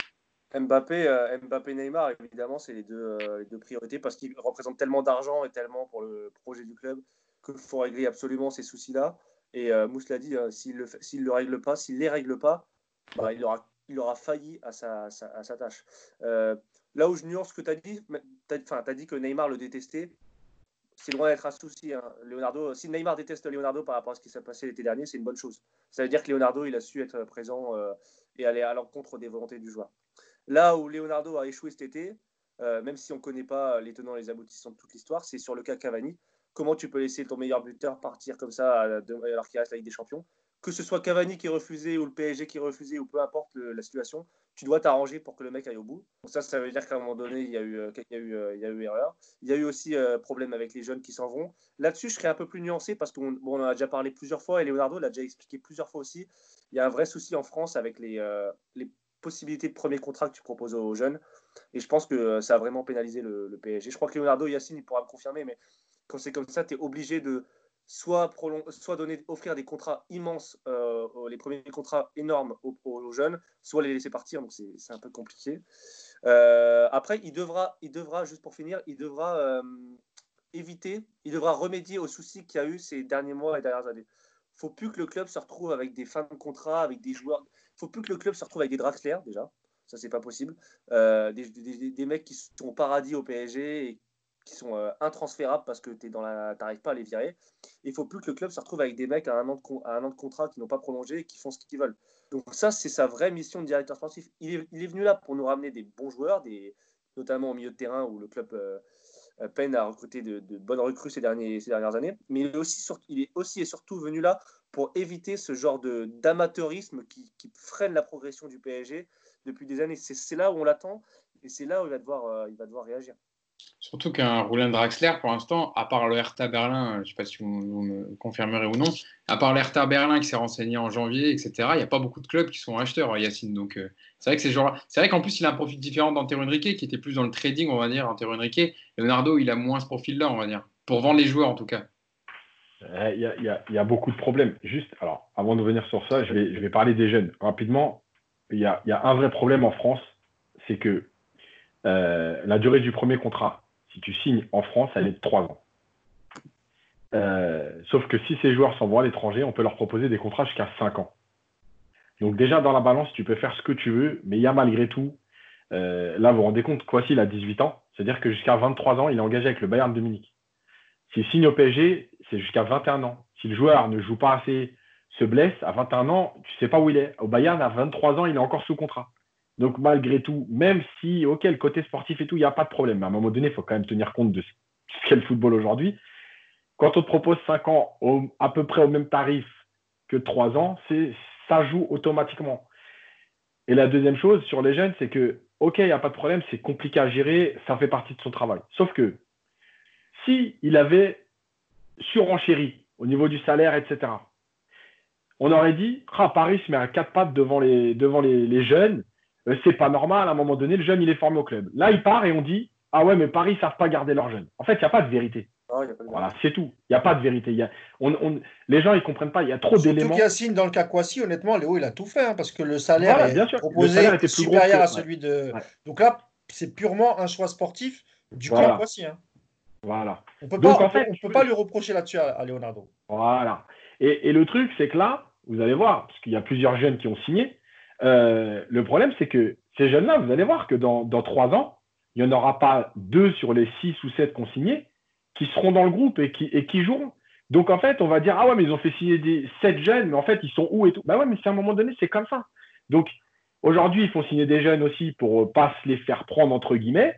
Mbappé, Neymar, évidemment, c'est les deux priorités parce qu'ils représentent tellement d'argent et tellement pour le projet du club qu'il faut régler absolument ces soucis-là. Et Mousse l'a dit, s'il les règle pas, bah, il aura failli à sa tâche. Là où je nuance ce que tu as dit, tu as dit que Neymar le détestait. C'est loin d'être un souci. Hein. Si Neymar déteste Leonardo par rapport à ce qui s'est passé l'été dernier, c'est une bonne chose. Ça veut dire que Leonardo, il a su être présent et aller à l'encontre des volontés du joueur. Là où Leonardo a échoué cet été, même si on ne connaît pas les tenants et les aboutissants de toute l'histoire, c'est sur le cas Cavani. Comment tu peux laisser ton meilleur buteur partir comme ça alors qu'il reste la Ligue des Champions? Que ce soit Cavani qui est refusé ou le PSG qui est refusé ou peu importe la situation, tu dois t'arranger pour que le mec aille au bout. Donc ça veut dire qu'à un moment donné, il y a eu erreur. Il y a eu aussi problème avec les jeunes qui s'en vont. Là-dessus, je serais un peu plus nuancé parce qu'on en a déjà parlé plusieurs fois et Leonardo l'a déjà expliqué plusieurs fois aussi. Il y a un vrai souci en France avec les possibilités de premier contrat que tu proposes aux jeunes. Et je pense que ça a vraiment pénalisé le PSG. Je crois que Leonardo Yacine, il pourra me confirmer, mais quand c'est comme ça, tu es obligé de soit offrir des contrats immenses, les premiers contrats énormes aux jeunes, soit les laisser partir. Donc c'est un peu compliqué. Après, il devra, juste pour finir, il devra remédier aux soucis qu'il y a eu ces derniers mois et dernières années. Il ne faut plus que le club se retrouve avec des fins de contrat, avec des joueurs. Il ne faut plus que le club se retrouve avec des Draxler, déjà. Ça, c'est pas possible. Des mecs qui sont au paradis au PSG et qui sont intransférables parce que tu n'arrives pas à les virer. Il ne faut plus que le club se retrouve avec des mecs à un an de contrat qui n'ont pas prolongé et qui font ce qu'ils veulent. Donc ça, c'est sa vraie mission de directeur sportif. Il est venu là pour nous ramener des bons joueurs, notamment au milieu de terrain où le club peine à recruter de bonnes recrues ces dernières années. Mais il est aussi et surtout venu là pour éviter ce genre d'amateurisme qui freine la progression du PSG depuis des années. C'est là où on l'attend et c'est là où il va devoir réagir. Surtout qu'un Roland Draxler, pour l'instant, à part le Hertha Berlin, je ne sais pas si vous me confirmerez ou non, à part le Hertha Berlin qui s'est renseigné en janvier, etc., il n'y a pas beaucoup de clubs qui sont acheteurs, Yacine. Donc, c'est vrai qu'en plus, il a un profil différent d'Antero Henrique, qui était plus dans le trading, on va dire, Antero Henrique. Leonardo, il a moins ce profil-là, on va dire, pour vendre les joueurs, en tout cas. Il y a beaucoup de problèmes. Juste, alors, avant de venir sur ça, je vais parler des jeunes. Rapidement, il y a un vrai problème en France, c'est que la durée du premier contrat, si tu signes en France, elle est de 3 ans. Sauf que si ces joueurs s'en vont à l'étranger, on peut leur proposer des contrats jusqu'à 5 ans. Donc déjà, dans la balance, tu peux faire ce que tu veux, mais il y a malgré tout, là, vous vous rendez compte, Kouassi, il a 18 ans, c'est-à-dire que jusqu'à 23 ans, il est engagé avec le Bayern de Munich. S'il signe au PSG, c'est jusqu'à 21 ans. Si le joueur ne joue pas assez, se blesse, à 21 ans, tu ne sais pas où il est. Au Bayern, à 23 ans, il est encore sous contrat. Donc, malgré tout, même si, OK, le côté sportif et tout, il n'y a pas de problème. Mais à un moment donné, il faut quand même tenir compte de ce qu'est le football aujourd'hui. Quand on te propose 5 ans à peu près au même tarif que 3 ans, ça joue automatiquement. Et la deuxième chose sur les jeunes, c'est que, OK, il n'y a pas de problème, c'est compliqué à gérer, ça fait partie de son travail. Sauf que, s'il avait surenchéri au niveau du salaire, etc., on aurait dit, Paris se met à 4 pattes devant les jeunes, c'est pas normal, à un moment donné, le jeune, il est formé au club. Là, il part et on dit, ah ouais, mais Paris, ils ne savent pas garder leurs jeunes. En fait, il n'y a pas de vérité. Non, il y a pas de Voilà, c'est tout. Il n'y a pas de vérité. Les gens, ils ne comprennent pas. Il y a trop d'éléments. Surtout qu'Yacine, dans le cas Kouassi, honnêtement, Léo, il a tout fait, hein, parce que le salaire Voilà, est bien sûr. Le proposé salaire est était plus gros supérieur que. à celui de. Ouais. Donc là, c'est purement un choix sportif du clan Voilà. Kouassi. Hein. Voilà. On peut Donc, pas, en fait, on peut pas lui reprocher là-dessus à Leonardo. Voilà. Et le truc, c'est que là, vous allez voir, parce qu'il y a plusieurs jeunes qui ont signé, le problème, c'est que ces jeunes-là, vous allez voir que dans 3 ans, il n'y en aura pas 2 sur les 6 ou 7 qui ont signé qui seront dans le groupe et qui joueront. Donc, en fait, on va dire, ah ouais, mais ils ont fait signer 7 jeunes, mais en fait, ils sont où et tout. Bah ouais, mais c'est à un moment donné, c'est comme ça. Donc, aujourd'hui, ils font signer des jeunes aussi pour ne pas se les faire prendre, entre guillemets.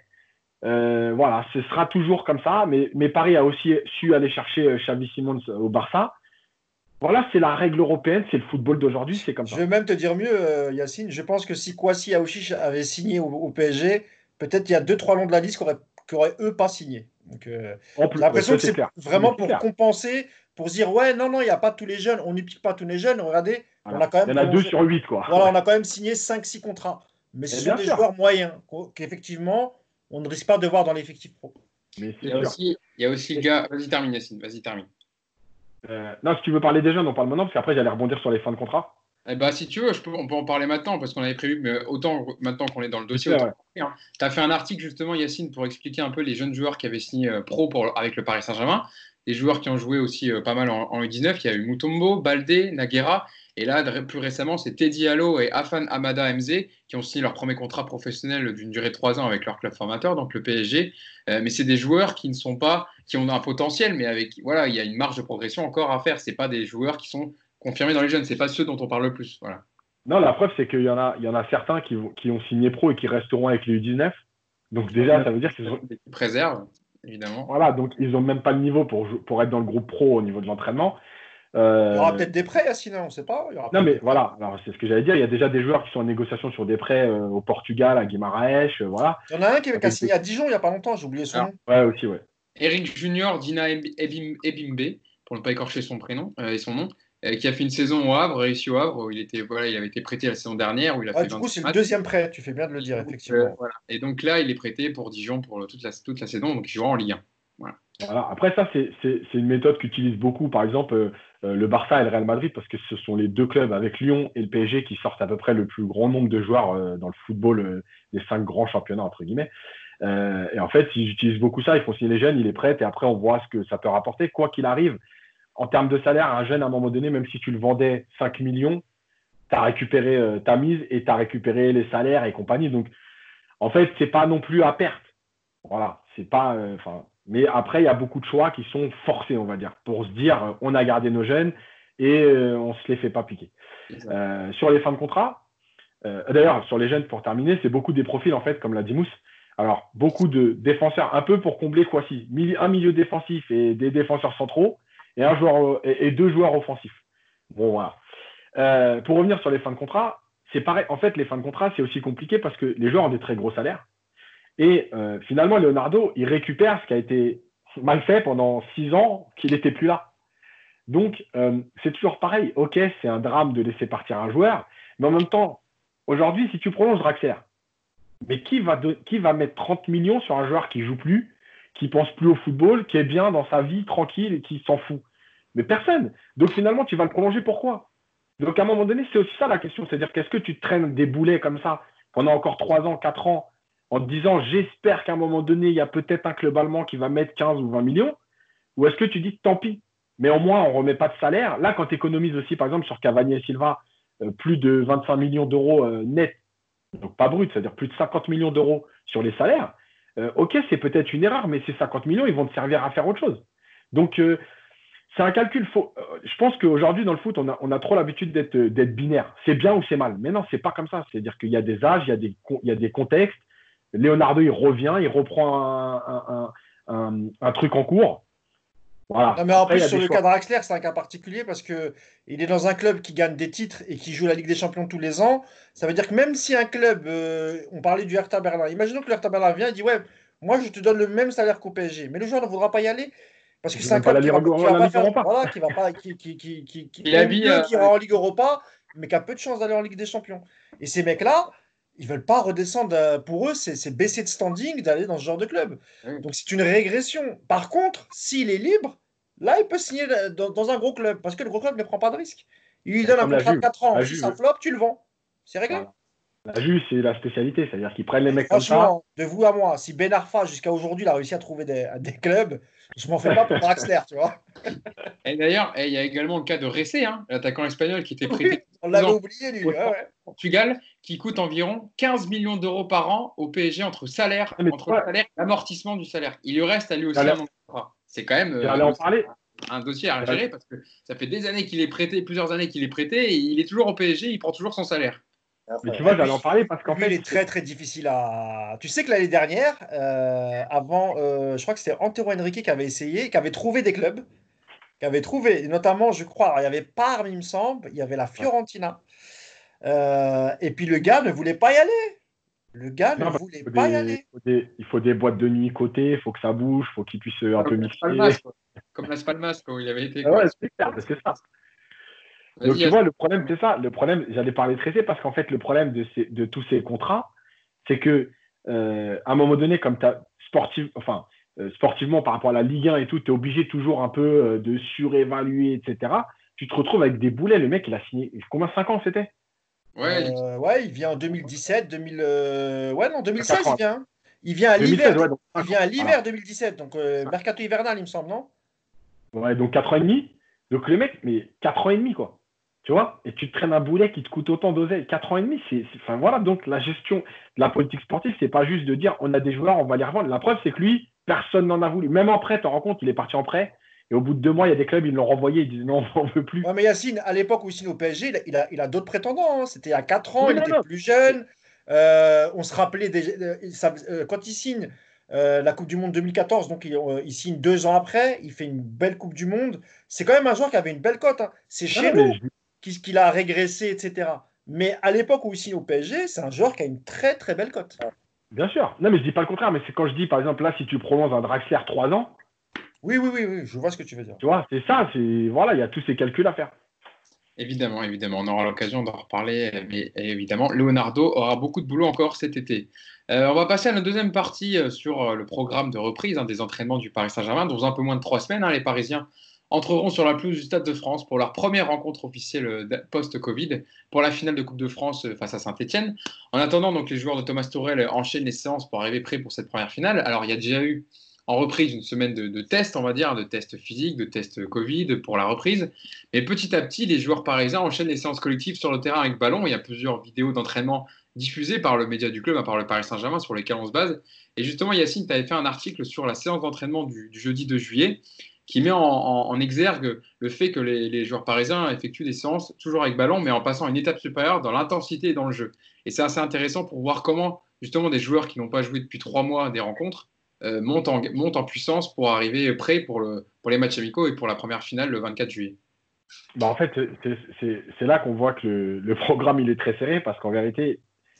Voilà, ce sera toujours comme ça. Mais Paris a aussi su aller chercher Xavi Simons au Barça. Voilà, c'est la règle européenne, c'est le football d'aujourd'hui, c'est comme Je ça. vais même te dire mieux, Yacine. Je pense que si Kouassi Aouchiche avait signé au PSG, peut-être il y a 2-3 noms de la liste qui auraient eux pas signé. Donc, En j'ai plus, l'impression ça, que c'est c'est clair. vraiment Mais c'est pour clair. compenser, pour se dire, ouais, non, il n'y a pas tous les jeunes, on n'y pique pas tous les jeunes. Regardez, on Voilà. a quand Il même y en a 2 prolongé. sur 8, quoi. Voilà, Ouais. on a quand même signé 5-6 contrats. Mais ce Et sont bien des sûr. joueurs moyens qu'effectivement, on ne risque pas de voir dans l'effectif pro. Mais Il c'est y a sûr. aussi, il y a aussi le gars. Vas-y, termine, Yacine. Vas-y, termine. Non, si tu veux parler des jeunes, on parle maintenant, parce qu'après, j'allais rebondir sur les fins de contrat. Eh ben, si tu veux, on peut en parler maintenant parce qu'on avait prévu, mais autant maintenant qu'on est dans le dossier, C'est autant vrai. Tu as fait un article justement, Yacine, pour expliquer un peu les jeunes joueurs qui avaient signé pro avec le Paris Saint-Germain, des joueurs qui ont joué aussi pas mal en U19. Il y a eu Mutombo, Baldé, Naguera, et là, plus récemment, c'est Teddy Allo et Afan Amada MZ qui ont signé leur premier contrat professionnel d'une durée de 3 ans avec leur club formateur, donc le PSG. Mais c'est des joueurs qui ne sont pas, qui ont un potentiel, mais avec, voilà, il y a une marge de progression encore à faire. C'est pas des joueurs qui sont confirmés dans les jeunes, c'est pas ceux dont on parle le plus. Voilà. Non, la preuve, c'est qu'il y en a certains qui ont signé pro et qui resteront avec les U19. Donc déjà, ça veut dire qu'ils ont. Ils préservent, évidemment. Voilà, donc ils n'ont même pas le niveau pour être dans le groupe pro au niveau de l'entraînement. Il y aura peut-être des prêts, Yacine, on ne sait pas. Il y aura Non, peut-être mais des prêts. voilà, alors c'est ce que j'allais dire. Il y a déjà des joueurs qui sont en négociation sur des prêts au Portugal, à Guimarães, voilà. Il y en a un qui a signé à Dijon il n'y a pas longtemps, j'ai oublié son Alors, nom. Ouais, aussi, ouais. Eric Junior, Dina Ebimbe, pour ne pas écorcher son prénom et son nom, qui a fait une saison au Havre, réussi au Havre, où il avait été prêté la saison dernière, où il a fait Du 26 coup, c'est le matchs. deuxième prêt, tu fais bien de le dire, effectivement. Voilà. Et donc là, il est prêté pour Dijon pour toute la saison, donc il jouera en Ligue 1. Voilà. Voilà. Après, ça, c'est une méthode qu'utilisent beaucoup, par exemple, le Barça et le Real Madrid, parce que ce sont les 2 clubs avec Lyon et le PSG qui sortent à peu près le plus grand nombre de joueurs dans le football des 5 grands championnats, entre guillemets. Et en fait, ils utilisent beaucoup ça, ils font signer les jeunes, ils les prêtent, et après, on voit ce que ça peut rapporter. Quoi qu'il arrive, en termes de salaire, un jeune, à un moment donné, même si tu le vendais 5 millions, tu as récupéré ta mise et tu as récupéré les salaires et compagnie. Donc, en fait, c'est pas non plus à perte. Voilà, c'est pas. Mais après, il y a beaucoup de choix qui sont forcés, on va dire, pour se dire on a gardé nos jeunes et on se les fait pas piquer. Sur les fins de contrat, d'ailleurs, sur les jeunes, pour terminer, c'est beaucoup des profils, en fait, comme l'a dit Mousse. Alors, beaucoup de défenseurs, un peu pour combler quoi si un milieu défensif et des défenseurs centraux et 2 joueurs offensifs. Bon, voilà. Pour revenir sur les fins de contrat, c'est pareil. En fait, les fins de contrat, c'est aussi compliqué parce que les joueurs ont des très gros salaires. Et finalement, Leonardo, il récupère ce qui a été mal fait pendant 6 ans qu'il n'était plus là. Donc, c'est toujours pareil. Ok, c'est un drame de laisser partir un joueur, mais en même temps, aujourd'hui, si tu prolonges Draxler, mais qui va mettre 30 millions sur un joueur qui joue plus, qui pense plus au football, qui est bien dans sa vie, tranquille, et qui s'en fout? Mais personne. Donc finalement, tu vas le prolonger pourquoi? Donc à un moment donné, c'est aussi ça la question. C'est-à-dire qu'est-ce que tu traînes des boulets comme ça pendant encore 3 ans, 4 ans, en te disant j'espère qu'à un moment donné, il y a peut-être un club allemand qui va mettre 15 ou 20 millions, ou est-ce que tu dis tant pis, mais au moins on ne remet pas de salaire. Là, quand tu économises aussi, par exemple, sur Cavani et Silva, plus de 25 millions d'euros net, donc pas brut, c'est-à-dire plus de 50 millions d'euros sur les salaires, ok, c'est peut-être une erreur, mais ces 50 millions, ils vont te servir à faire autre chose. Donc, c'est un calcul faux. Je pense qu'aujourd'hui, dans le foot, on a trop l'habitude d'être binaire. C'est bien ou c'est mal. Mais non, c'est pas comme ça. C'est-à-dire qu'il y a des âges, il y a des contextes. Leonardo, il revient, il reprend un truc en cours. Voilà. Non, mais en Après, plus, sur le cas Draxler, c'est un cas particulier parce qu'il est dans un club qui gagne des titres et qui joue la Ligue des Champions tous les ans. Ça veut dire que même si un club, on parlait du Hertha Berlin, imaginons que le Hertha Berlin vient et dit ouais, moi je te donne le même salaire qu'au PSG, mais le joueur ne voudra pas y aller parce que Je c'est un même pas club la qui va pas Ligue faire, Europa. voilà, qui va pas, qui Il au habille, mieux qui ira en Ligue Europa, mais qui a peu de chances d'aller en Ligue des Champions. Et ces mecs-là, Ils veulent pas redescendre. Pour eux, c'est baisser de standing d'aller dans ce genre de club. Oui. Donc, c'est une régression. Par contre, s'il est libre, là, il peut signer dans un gros club parce que le gros club ne prend pas de risque. Il lui Et donne un comme la contrat de Juve. 4 ans. La Si ça Juve, flop, tu le vends. C'est réglé. voilà. La Juve, c'est la spécialité. C'est-à-dire qu'ils prennent les Et mecs comme ça. franchement, de vous à moi, si Ben Arfa, jusqu'à aujourd'hui, il a réussi à trouver des clubs, je m'en fais pas pour Draxler, tu vois. Et d'ailleurs, il y a également le cas de Ressé, hein, l'attaquant espagnol qui était Oui, prêté on 12 l'avait ans oublié, lui. au Ouais, ouais. Portugal, qui coûte environ 15 millions d'euros par an au PSG entre salaire, Ah, mais entre le salaire et l'amortissement du salaire. Il lui reste à lui aussi j'allais un an de contrat. C'est quand même j'allais en parler. un dossier à gérer parce que ça fait des années qu'il est prêté, plusieurs années qu'il est prêté et il est toujours au PSG, il prend toujours son salaire. Mais tu Incroyable. vois, Ah, j'allais en parler parce qu'en lui, il fait, est très très difficile à. Tu sais que l'année dernière, avant, je crois que c'était Antero Henrique qui avait essayé, qui avait trouvé des clubs, qui avait trouvé, et notamment, je crois, alors, il y avait Parme, il me semble, il y avait la Fiorentina, et puis le gars ne voulait pas y aller. Le gars ne non, parce voulait qu'il pas y aller. il faut des boîtes de nuit côté, il faut que ça bouge, il faut qu'ils puissent un peu Comme Las mixer. Palmas, quoi. Comme Las Palmas, quoi, où il avait été. Ah Quoi. ouais, c'est clair, c'est ça. Donc Vas-y, tu vois, Yacine. le problème, c'est ça. Le problème, j'allais parler de traité parce qu'en fait, le problème de tous ces contrats, c'est que à un moment donné, comme tu as sportivement par rapport à la Ligue 1 et tout, tu es obligé toujours un peu de surévaluer, etc. Tu te retrouves avec des boulets. Le mec, il a signé combien 5 ans c'était Ouais, Ouais, il vient en 2017, 2000, ouais, non, 2016, 4 il ans. vient. Il vient à 2016, l'hiver. ouais, donc Il 5 vient ans. à Voilà. l'hiver 2017, donc mercato hivernal, il me semble, non? Ouais, donc 4 ans et demi. Donc le mec, mais 4 ans et demi, quoi. Tu vois. Et tu te traînes un boulet qui te coûte autant d'oseille. 4 ans et demi, enfin voilà, donc la gestion de la politique sportive, c'est pas juste de dire on a des joueurs, on va les revendre. La preuve, c'est que lui, personne n'en a voulu. Même en prêt, tu te rends compte, il est parti en prêt. Et au bout de 2 mois, il y a des clubs, ils l'ont renvoyé, ils disent non, on n'en veut plus. Ouais, mais Yacine, à l'époque où il signe au PSG, il a d'autres prétendants, hein. C'était à 4 ans, Oui, il non, était non. plus jeune. On se rappelait quand il signe la Coupe du Monde 2014, donc il signe 2 ans après, il fait une belle Coupe du Monde. C'est quand même un joueur qui avait une belle cote, hein. C'est Non, chez non, mais nous qu'il a régressé, etc. Mais à l'époque où il signe au PSG, c'est un joueur qui a une très très belle cote. bien sûr. Non, mais je dis pas le contraire, mais c'est quand je dis, par exemple, là, si tu prolonges un Draxler 3 ans, Oui, oui, oui, oui, je vois ce que tu veux dire. tu vois, c'est ça, voilà, il y a tous ces calculs à faire. évidemment, évidemment. On aura l'occasion d'en reparler. Mais évidemment, Leonardo aura beaucoup de boulot encore cet été. On va passer à la deuxième partie sur le programme de reprise des entraînements du Paris Saint-Germain. Dans un peu moins de 3 semaines, les Parisiens entreront sur la pelouse du Stade de France pour leur première rencontre officielle post-Covid pour la finale de Coupe de France face à Saint-Etienne. En attendant, donc, les joueurs de Thomas Tuchel enchaînent les séances pour arriver prêts pour cette première finale. Alors, il y a déjà eu en reprise une semaine de tests, on va dire, de tests physiques, de tests Covid pour la reprise. Mais petit à petit, les joueurs parisiens enchaînent les séances collectives sur le terrain avec ballon. Il y a plusieurs vidéos d'entraînement diffusées par le média du club, par le Paris Saint-Germain, sur lesquelles on se base. Et justement, Yacine, tu avais fait un article sur la séance d'entraînement du jeudi 2 juillet qui met en exergue le fait que les joueurs parisiens effectuent des séances toujours avec ballon, mais en passant une étape supérieure dans l'intensité et dans le jeu. Et c'est assez intéressant pour voir comment, justement, des joueurs qui n'ont pas joué depuis 3 mois des rencontres montent en puissance pour arriver prêts pour les matchs amicaux et pour la première finale le 24 juillet. Bah, en fait, c'est là qu'on voit que le programme il est très serré parce qu'en vérité,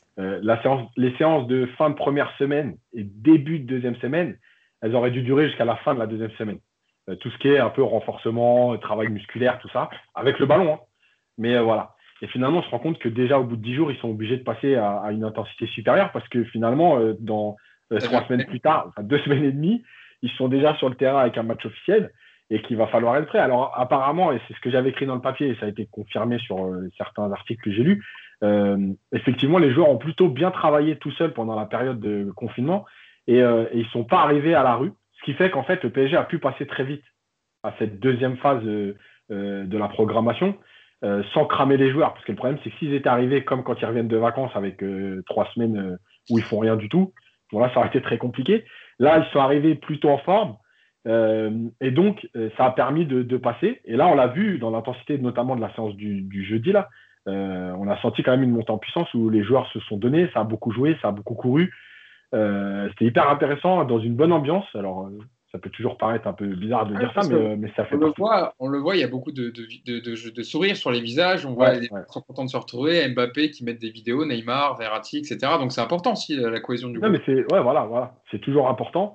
les séances de fin de première semaine et début de deuxième semaine, elles auraient dû durer jusqu'à la fin de la deuxième semaine. Tout ce qui est un peu renforcement, travail musculaire, tout ça, avec le ballon. Hein. Mais voilà. Et finalement, on se rend compte que déjà au bout de 10 jours, ils sont obligés de passer à une intensité supérieure parce que finalement, dans 3 semaines plus tard, enfin 2 semaines et demie, ils sont déjà sur le terrain avec un match officiel et qu'il va falloir être prêt. Alors apparemment, et c'est ce que j'avais écrit dans le papier et ça a été confirmé sur certains articles que j'ai lus, effectivement, les joueurs ont plutôt bien travaillé tout seuls pendant la période de confinement et ils ne sont pas arrivés à la rue, ce qui fait qu'en fait, le PSG a pu passer très vite à cette deuxième phase de la programmation sans cramer les joueurs. Parce que le problème, c'est que s'ils étaient arrivés comme quand ils reviennent de vacances avec 3 semaines où ils font rien du tout, bon, là, ça aurait été très compliqué. Là, ils sont arrivés plutôt en forme. Et donc, ça a permis de passer. Et là, on l'a vu dans l'intensité notamment de la séance du jeudi. Là, on a senti quand même une montée en puissance où les joueurs se sont donnés. Ça a beaucoup joué, ça a beaucoup couru. C'était hyper intéressant, dans une bonne ambiance. Alors, ça peut toujours paraître un peu bizarre de dire ça, mais ça fait partie. On le voit, il y a beaucoup de sourires sur les visages. On voit les gens qui sont contents de se retrouver, Mbappé qui met des vidéos, Neymar, Verratti, etc. Donc c'est important aussi la cohésion du Non, groupe. mais voilà. C'est toujours important.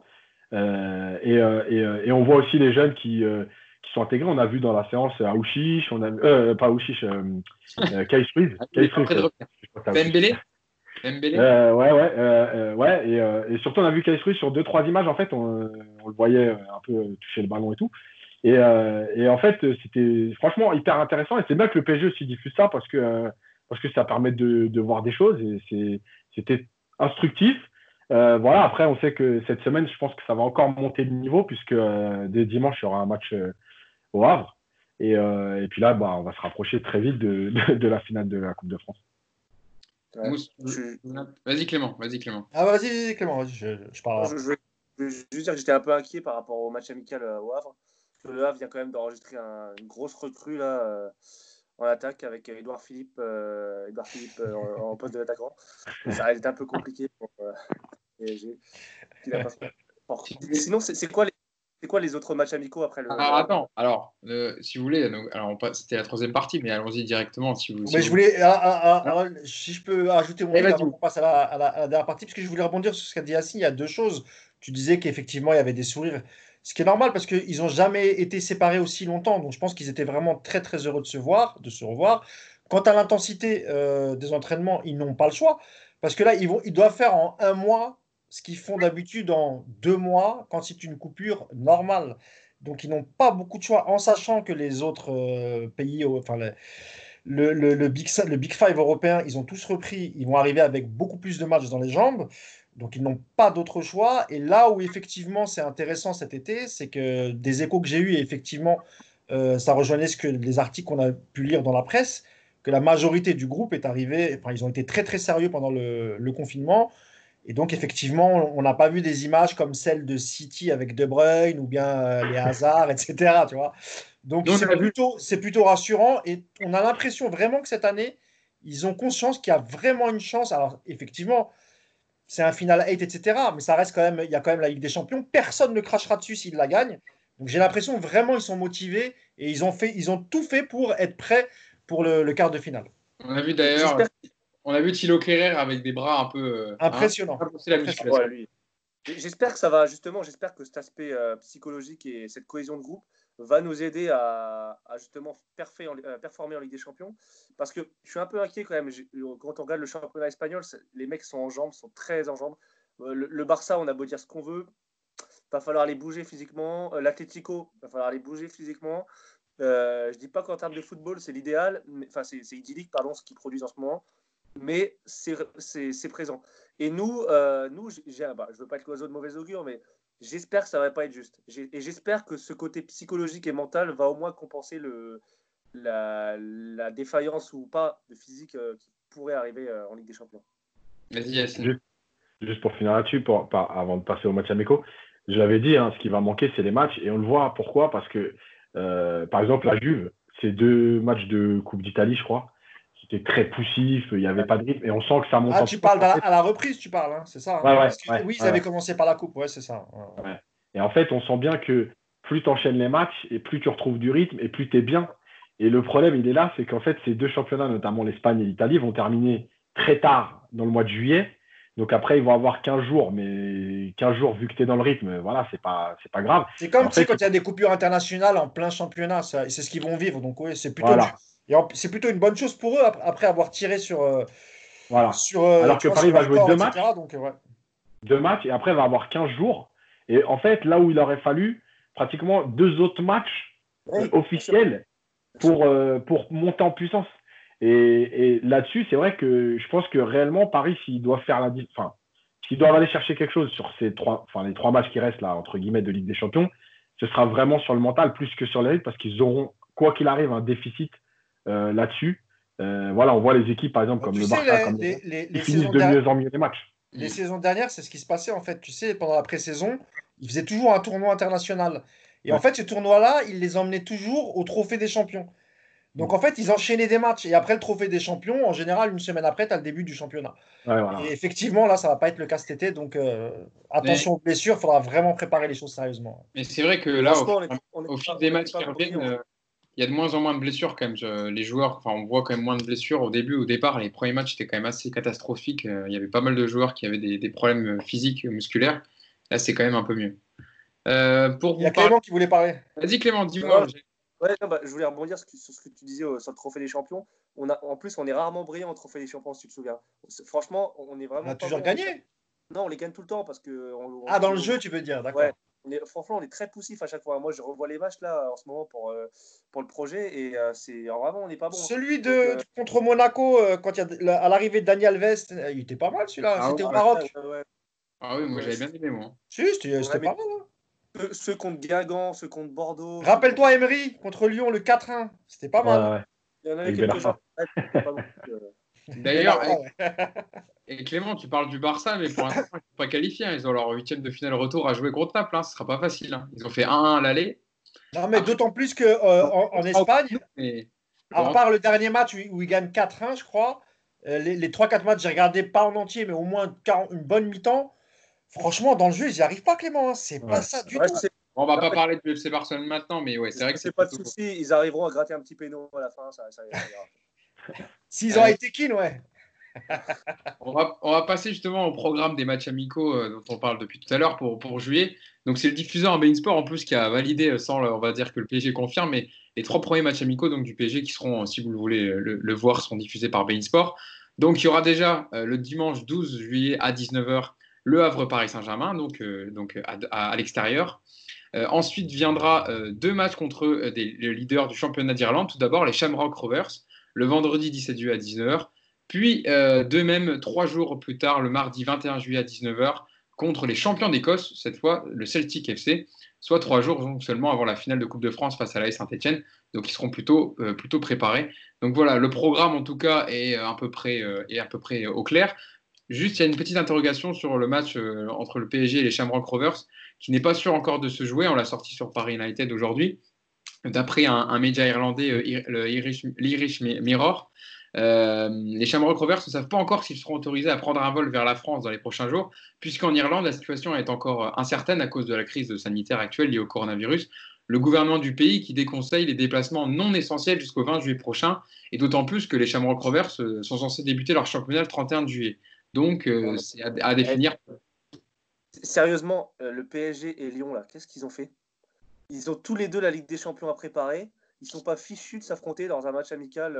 Et on voit aussi les jeunes qui sont intégrés. On a vu dans la séance Aouchiche, pas Aouchiche, Kais Ruiz. Il est pas prêt de revenir. Dembélé. Dembélé. Et surtout, on a vu Kais Ruiz sur 2-3 images, en fait, on le voyait un peu toucher le ballon et tout. Et en fait, c'était franchement hyper intéressant. Et c'est bien que le PSG aussi diffuse ça parce que ça permet de voir des choses. Et c'était instructif. Voilà, après, on sait que cette semaine, je pense que ça va encore monter de niveau puisque dès dimanche, il y aura un match au Havre. Et puis là, on va se rapprocher très vite de la finale de la Coupe de France. Ouais. Vas-y Clément. Ah, vas-y Clément, je parle. Je veux juste dire que j'étais un peu inquiet par rapport au match amical au Havre. Parce que le Havre vient quand même d'enregistrer une grosse recrue là, en attaque avec Édouard Philippe, en poste de l'attaquant. Ça a été un peu compliqué pour PSG. Sinon, c'est quoi les autres matchs amicaux après le. Alors attends, si vous voulez, c'était la troisième partie, mais allons-y directement si vous. Mais je voulais, si je peux ajouter mon avis avant qu'on passe à la dernière partie, parce que je voulais rebondir sur ce qu'a dit Yacine. Il y a deux choses. Tu disais qu'effectivement il y avait des sourires, ce qui est normal parce qu'ils n'ont jamais été séparés aussi longtemps. Donc je pense qu'ils étaient vraiment très très heureux de se revoir. Quant à l'intensité des entraînements, ils n'ont pas le choix parce que là ils doivent faire en un mois ce qu'ils font d'habitude en 2 mois quand c'est une coupure normale. Donc ils n'ont pas beaucoup de choix en sachant que les autres pays, enfin le Big Five européen, ils ont tous repris, ils vont arriver avec beaucoup plus de matchs dans les jambes, donc ils n'ont pas d'autre choix. Et là où effectivement c'est intéressant cet été, c'est que des échos que j'ai eus, et effectivement ça rejoignait les articles qu'on a pu lire dans la presse, que la majorité du groupe est arrivé, enfin ils ont été très très sérieux pendant le confinement. Et donc, effectivement, on n'a pas vu des images comme celle de City avec De Bruyne ou bien les Hazard, etc. Tu vois. Donc, c'est plutôt rassurant. Et on a l'impression vraiment que cette année, ils ont conscience qu'il y a vraiment une chance. Alors, effectivement, c'est un final 8, etc. Mais ça reste quand même, il y a quand même la Ligue des Champions. Personne ne crachera dessus s'ils la gagnent. Donc, j'ai l'impression vraiment ils sont motivés et ils ont tout fait pour être prêts pour le quart de finale. On a vu d'ailleurs. On a vu Thilo Kehrer avec des bras un peu impressionnant. J'espère que ça va justement, j'espère que cet aspect psychologique et cette cohésion de groupe va nous aider à justement performer en Ligue des Champions. Parce que je suis un peu inquiet quand même. Quand on regarde le championnat espagnol, les mecs sont en jambes, sont très en jambes. Le Barça, on a beau dire ce qu'on veut, va falloir les bouger physiquement. L'Atlético, va falloir les bouger physiquement. Je dis pas qu'en termes de football, c'est l'idéal, enfin c'est idyllique, pardon, ce qu'ils produisent en ce moment. Mais c'est présent. Et nous je ne veux pas être l'oiseau de mauvais augure, mais j'espère que ça ne va pas être juste. Et j'espère que ce côté psychologique et mental va au moins compenser la défaillance ou pas de physique qui pourrait arriver en Ligue des Champions. Vas-y, Yacine. Juste pour finir là-dessus, avant de passer au match amicaux, je l'avais dit, ce qui va manquer, c'est les matchs. Et on le voit, pourquoi ? Parce que, par exemple, la Juve, c'est 2 matchs de Coupe d'Italie, je crois. C'était très poussif, il n'y avait pas de rythme, et on sent que ça monte. Tu parles à la reprise, tu parles, c'est ça. Oui, ils avaient commencé par la coupe, c'est ça. Ouais. Et en fait, on sent bien que plus tu enchaînes les matchs, et plus tu retrouves du rythme, et plus tu es bien. Et le problème, il est là, c'est qu'en fait, ces 2 championnats, notamment l'Espagne et l'Italie, vont terminer très tard dans le mois de juillet. Donc après, ils vont avoir 15 jours, mais 15 jours, vu que tu es dans le rythme, voilà, c'est pas grave. C'est comme quand il y a des coupures internationales en plein championnat, c'est ce qu'ils vont vivre. Donc oui, c'est plutôt c'est plutôt une bonne chose pour eux après avoir tiré sur. Alors que Paris va jouer 2 matchs. Etc., donc, 2 matchs et après va avoir 15 jours. Et en fait, là où il aurait fallu pratiquement 2 autres matchs officiels pour monter en puissance. Et là-dessus, c'est vrai que je pense que réellement, Paris, s'ils doivent aller chercher quelque chose sur les 3 matchs qui restent là, entre guillemets, de Ligue des Champions, ce sera vraiment sur le mental plus que sur les rythmes parce qu'ils auront, quoi qu'il arrive, un déficit là-dessus. Voilà, on voit les équipes, par exemple, comme le Barça, qui finissent de mieux en mieux les matchs. Les saisons dernières, c'est ce qui se passait, en fait. Tu sais, pendant la pré-saison, ils faisaient toujours un tournoi international. Et en fait, ce tournoi-là, ils les emmenaient toujours au Trophée des Champions. Donc, en fait, ils enchaînaient des matchs. Et après le Trophée des Champions, en général, une semaine après, tu as le début du championnat. Voilà. Et effectivement, là, ça ne va pas être le cas cet été. Donc, attention aux blessures. Il faudra vraiment préparer les choses sérieusement. Mais c'est vrai que là, au fil des matchs qui reviennent, il y a de moins en moins de blessures quand même. Les joueurs, on voit quand même moins de blessures. Au départ, les premiers matchs étaient quand même assez catastrophiques. Il y avait pas mal de joueurs qui avaient des problèmes physiques, musculaires. Là, c'est quand même un peu mieux. Il y a Clément qui voulait parler. Vas-y Clément, dis-moi. Ouais, non, je voulais rebondir sur ce que tu disais sur le Trophée des Champions. En plus, on est rarement brillant au Trophée des Champions, si tu te souviens. Franchement, on est On vraiment a pas toujours bon. gagné. Non, on les gagne tout le temps parce que. Dans le jeu, tu veux dire, Ouais. d'accord. Franchement, on est très poussif à chaque fois. Moi, je revois les matchs là en ce moment pour le projet et vraiment, on n'est pas bon. Celui Donc, contre Monaco, quand il y a à l'arrivée de Dani Alves, il était pas mal celui-là. Ah C'était au ouais. Maroc. ouais. Ah oui, moi Ouais, j'avais bien aimé, moi. Si, c'était Ouais, mais pas mal. Hein. ceux contre Guingamp, ceux contre Bordeaux. Rappelle-toi Emery contre Lyon, le 4-1. C'était pas mal. Ouais. Il y en avait Avec quelques-uns. Benarfa. C'était pas non plus, D'ailleurs, Ouais. et Clément, tu parles du Barça, mais pour l'instant, ils ne sont pas qualifiés. Hein. Ils ont leur huitième de finale retour à jouer contre Naples. Hein. Ce ne sera pas facile. Hein. Ils ont fait 1-1 à l'aller. Non, mais Après, d'autant plus qu'en en Espagne, mais à part le dernier match où ils gagnent 4-1, je crois, les 3-4 matchs, j'ai regardé pas en entier, mais au moins une bonne mi-temps. Franchement, dans le jeu, ils n'y arrivent pas, Clément. Hein. C'est pas ça du tout. on ne va pas parler du FC Barcelone maintenant, mais ouais, c'est vrai que c'est pas de plutôt... souci, ils arriveront à gratter un petit péno à la fin. Ça ira. S'ils auraient été keen, ouais. On va passer justement au programme des matchs amicaux dont on parle depuis tout à l'heure pour juillet. Donc c'est le diffuseur beIN Sport en plus qui a validé, on va dire que le PSG confirme, mais les 3 premiers matchs amicaux donc, du PSG qui seront, si vous le voulez le voir, seront diffusés par beIN Sport. Donc il y aura déjà le dimanche 12 juillet à 19h le Havre-Paris Saint-Germain, donc à l'extérieur. Ensuite viendra 2 matchs contre les leaders du championnat d'Irlande. Tout d'abord les Shamrock Rovers, le vendredi 17 juillet à 19h. Puis, de même, 3 jours plus tard, le mardi 21 juillet à 19h, contre les champions d'Écosse, cette fois le Celtic FC, soit 3 jours donc, seulement avant la finale de Coupe de France face à l'AS Saint-Etienne. Donc, ils seront plutôt préparés. Donc voilà, le programme en tout cas est à peu près au clair. Juste, il y a une petite interrogation sur le match entre le PSG et les Shamrock Rovers, qui n'est pas sûr encore de se jouer. On l'a sorti sur Paris United aujourd'hui, d'après un média irlandais, l'Irish Mirror. Les Shamrock Rovers ne savent pas encore s'ils seront autorisés à prendre un vol vers la France dans les prochains jours, puisqu'en Irlande, la situation est encore incertaine à cause de la crise sanitaire actuelle liée au coronavirus. Le gouvernement du pays qui déconseille les déplacements non essentiels jusqu'au 20 juillet prochain, et d'autant plus que les Shamrock Rovers sont censés débuter leur championnat le 31 juillet. Donc, c'est à définir. Sérieusement, le PSG et Lyon, là, qu'est-ce qu'ils ont fait? Ils ont tous les deux la Ligue des Champions à préparer. Ils ne sont pas fichus de s'affronter dans un match amical.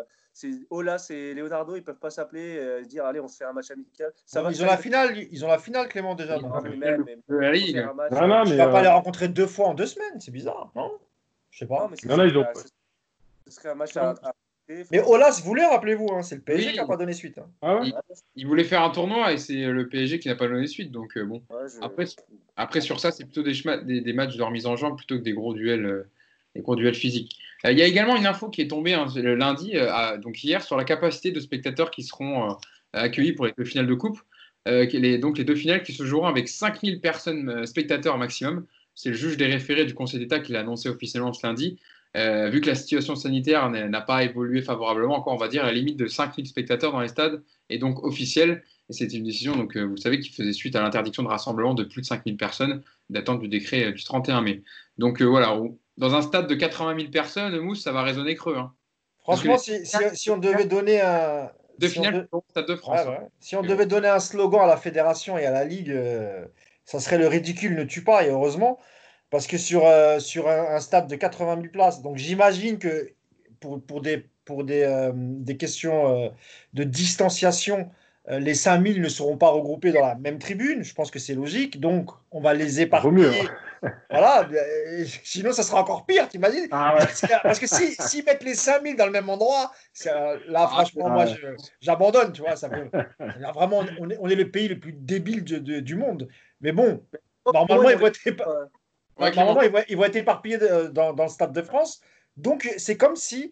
Olas et Leonardo, ils ne peuvent pas s'appeler dire allez, on se fait un match amical. Ils ont la finale, Clément, déjà. Non, Donc, la Ligue. tu vas pas les rencontrer 2 fois en 2 semaines, c'est bizarre, non? Je sais pas. Non, mais ce serait un match à mais Olas voulait, rappelez-vous, hein, c'est le PSG Oui. qui n'a pas donné suite. Hein. Ah ouais. Il voulait faire un tournoi et c'est le PSG qui n'a pas donné suite. Donc, bon. Ouais, Après, sur ça, c'est plutôt des matchs de remise en jambe plutôt que des gros duels physiques. Il y a également une info qui est tombée le lundi, donc hier, sur la capacité de spectateurs qui seront accueillis pour les 2 finales de coupe. Donc les 2 finales qui se joueront avec 5000 personnes spectateurs maximum. C'est le juge des référés du Conseil d'État qui l'a annoncé officiellement ce lundi. Vu que la situation sanitaire n'a pas évolué favorablement, encore on va dire la limite de 5000 spectateurs dans les stades est donc officielle. Et c'était une décision, donc, vous savez, qui faisait suite à l'interdiction de rassemblement de plus de 5000 personnes datant du décret du 31 mai. Donc voilà, dans un stade de 80 000 personnes, Mousse, ça va résonner creux. Hein. Franchement, si on devait donner un... Stade de France. Ouais. Si on devait donner un slogan à la fédération et à la Ligue, ça serait le ridicule ne tue pas, et heureusement. Parce que sur un stade de 80 000 places, donc j'imagine que pour des questions de distanciation, les 5 000 ne seront pas regroupés dans la même tribune. Je pense que c'est logique. Donc, on va les Vaut mieux. éparpiller. Voilà. Sinon, ça sera encore pire, t'imagines? Ah ouais. Parce que s'ils mettent les 5 000 dans le même endroit, là, franchement, moi, j'abandonne. Tu vois, vraiment, on est le pays le plus débile du monde. Mais bon, normalement, ils vont être normalement, ils vont être éparpillés dans le Stade de France. Donc, c'est comme si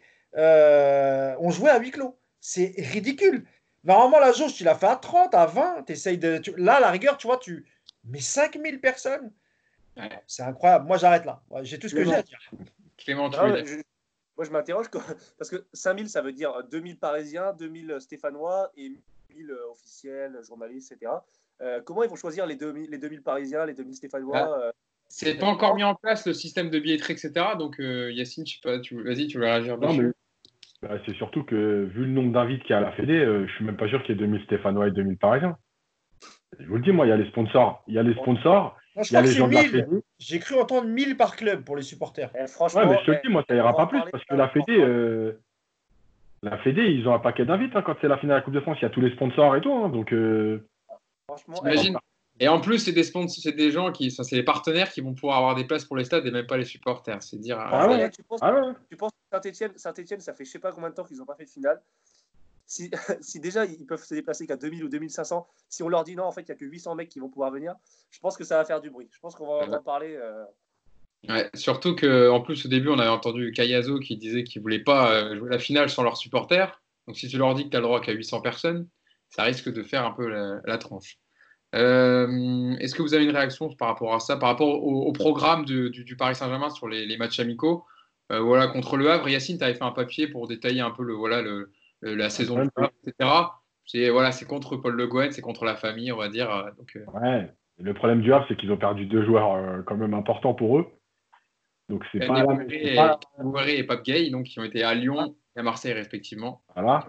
on jouait à huis clos. C'est ridicule. Normalement, la jauge, tu l'as fait à 30, à 20. Là, à la rigueur, tu vois, mais 5000 personnes. Ouais. C'est incroyable. Moi, j'arrête là. J'ai tout ce que j'ai à dire. Clément, moi, je m'interroge parce que 5000, ça veut dire 2000 Parisiens, 2000 Stéphanois et 1000 officiels, journalistes, etc. Comment ils vont choisir les 2000 Parisiens, les 2000 Stéphanois c'est pas encore mis en place le système de billetterie, etc. Donc, Yacine, je sais pas, vas-y, tu veux réagir dessus? C'est surtout que, vu le nombre d'invités qu'il y a à la Fédé, je suis même pas sûr qu'il y ait 2000 Stéphanois et 2000 Parisiens. Je vous le dis, moi, il y a les sponsors. Non, je Il y a crois que les c'est gens de la 1000. Fédé. J'ai cru entendre 1000 par club pour les supporters. Et Ouais, franchement, mais je te le dis, moi, ça on ira va pas en plus parler, parce que ça, la Fédé, franchement. ils ont un paquet d'invites quand c'est la finale de la Coupe de France. Il y a tous les sponsors et tout. Hein, donc, Franchement, T'imagines? Et en plus, c'est des sponsors, c'est des gens qui, c'est les partenaires qui vont pouvoir avoir des places pour les stades et même pas les supporters. C'est dire. ah franchement, ouais, tu penses, ah ouais. que Saint-Etienne, ça fait je sais pas combien de temps qu'ils n'ont pas fait de finale. Si, si déjà ils peuvent se déplacer qu'à 2000 ou 2500, si on leur dit non, en fait, il n'y a que 800 mecs qui vont pouvoir venir, je pense que ça va faire du bruit. Je pense qu'on va en entendre parler. Ouais, surtout que, en plus, au début, on avait entendu Kayazo qui disait qu'il voulait pas jouer la finale sans leurs supporters. Donc, si tu leur dis que tu as le droit qu'à 800 personnes, ça risque de faire un peu la tranche. Est-ce que vous avez une réaction par rapport à ça, par rapport au programme du Paris Saint-Germain sur les matchs amicaux? Voilà, contre le Havre, Yacine, tu avais fait un papier pour détailler un peu la saison du Havre, etc. C'est contre Paul Le Guen, c'est contre la famille, on va dire. Ouais. Le problème du Havre, c'est qu'ils ont perdu 2 joueurs quand même importants pour eux. Donc, c'est pas la même. Bouéré et Pape Gay, donc, qui ont été à Lyon et à Marseille, respectivement. Voilà.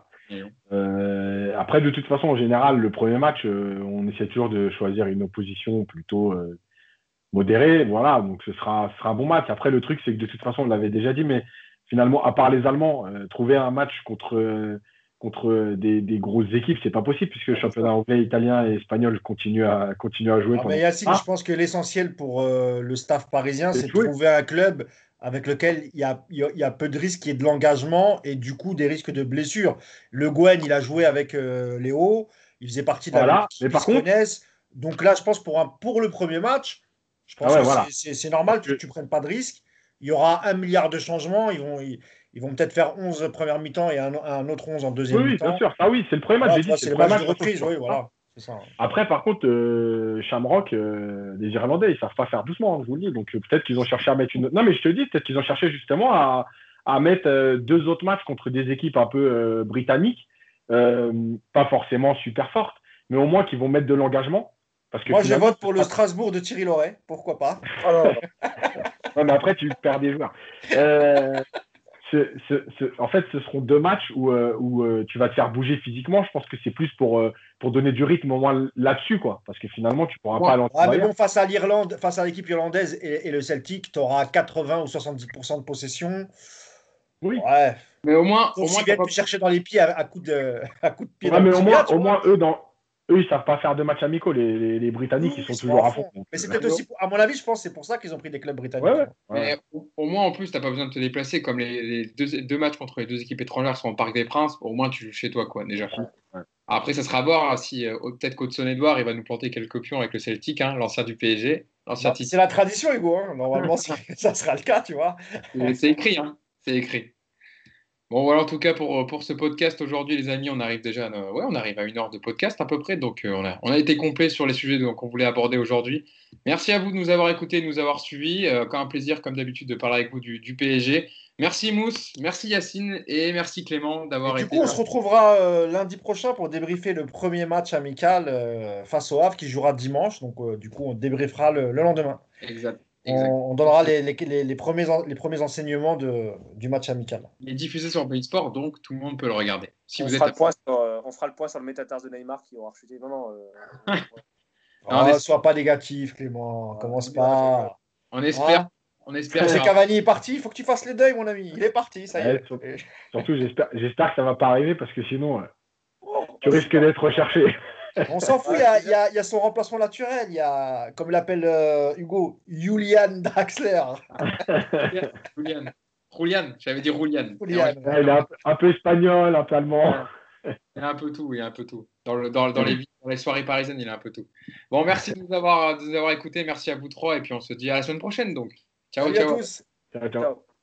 Après, de toute façon, en général, le premier match, on essaie toujours de choisir une opposition plutôt modérée. Voilà, donc ce sera un bon match. Après, le truc, c'est que de toute façon, on l'avait déjà dit, mais finalement, à part les Allemands, trouver un match contre des grosses équipes, c'est pas possible puisque le championnat anglais, italien et espagnol continuent à jouer. Mais Yacine, je pense que l'essentiel pour le staff parisien, c'est de jouer. trouver un club avec lequel il y a peu de risques, qu'il y ait de l'engagement et du coup des risques de blessures. Le Guen, il a joué avec Léo, il faisait partie de la même équipe, ils se connaissent. Donc là, je pense pour le premier match, je pense que c'est normal que tu ne prennes pas de risques. Il y aura 1 milliard de changements. Ils vont peut-être faire 11 première mi-temps et un autre 11 en deuxième mi-temps. Oui, bien sûr. Ah oui, c'est le premier match. Voilà, j'ai dit, c'est le match de reprise. Oui, voilà. Ça. Après, par contre, Shamrock, les Irlandais, ils savent pas faire doucement, je vous le dis. Donc, peut-être qu'ils ont cherché à mettre une. Non, mais je te dis, peut-être qu'ils ont cherché justement à mettre 2 autres matchs contre des équipes un peu britanniques, pas forcément super fortes, mais au moins qu'ils vont mettre de l'engagement. Parce que moi, je vote pour le Strasbourg de Thierry Loret. Pourquoi pas? Non, mais après, tu perds des joueurs. En fait, ce seront 2 matchs où tu vas te faire bouger physiquement. Je pense que c'est plus pour donner du rythme au moins là-dessus, quoi. Parce que finalement, tu pourras pas aller en mais bon, face à l'Irlande, face à l'équipe irlandaise et le Celtic, tu auras 80 ou 70% de possession. Oui. Ouais. Mais au moins, ils viennent te chercher dans les pieds à coup de pied. Ouais, mais au moins eux, ils savent pas faire de matchs amicaux. Les Britanniques, ils sont toujours à fond. Mais c'est peut-être aussi, à mon avis, je pense, c'est pour ça qu'ils ont pris des clubs britanniques. Ouais. Mais au moins, en plus, tu n'as pas besoin de te déplacer. Comme les deux matchs contre les 2 équipes étrangères sont au Parc des Princes, au moins tu joues chez toi, quoi, déjà. Ouais. Après, ça sera à voir si peut-être qu'Hudson-Edouard, il va nous planter quelques pions avec le Celtic, hein, l'ancien du PSG. C'est la tradition, Hugo. Hein. Normalement, ça sera le cas, tu vois. C'est écrit, hein. C'est écrit. Bon, voilà, en tout cas, pour ce podcast aujourd'hui, les amis, on arrive déjà on arrive à 1 heure de podcast à peu près. Donc, on a été complet sur les sujets qu'on voulait aborder aujourd'hui. Merci à vous de nous avoir écoutés, de nous avoir suivis. Encore un plaisir, comme d'habitude, de parler avec vous du PSG. Merci Mousse, merci Yacine et merci Clément d'avoir été. Du coup, on se retrouvera lundi prochain pour débriefer le premier match amical face au Havre qui jouera dimanche. Donc, du coup, on débriefera le lendemain. Exact. On donnera les premiers enseignements du match amical. Il est diffusé sur Play Sport, donc tout le monde peut le regarder. Si on fera le point sur le métatars de Neymar qui aura chuté. Sois pas négatif, Clément. Commence pas. On espère. On espère. Cavani est parti. Il faut que tu fasses les deuils, mon ami. Il est parti, ça y est. Surtout, j'espère que ça va pas arriver parce que sinon, tu risques d'être recherché. On s'en fout, il y a son remplacement naturel. Il y a, comme l'appelle Hugo, Julian Draxler. Julian, j'avais dit Julian. Il est un peu espagnol, un peu allemand. Il a un peu tout, Dans les soirées parisiennes, il a un peu tout. Bon, merci de nous avoir écoutés. Merci à vous 3. Et puis, on se dit à la semaine prochaine. Donc, ciao, Salut à tous. Ciao.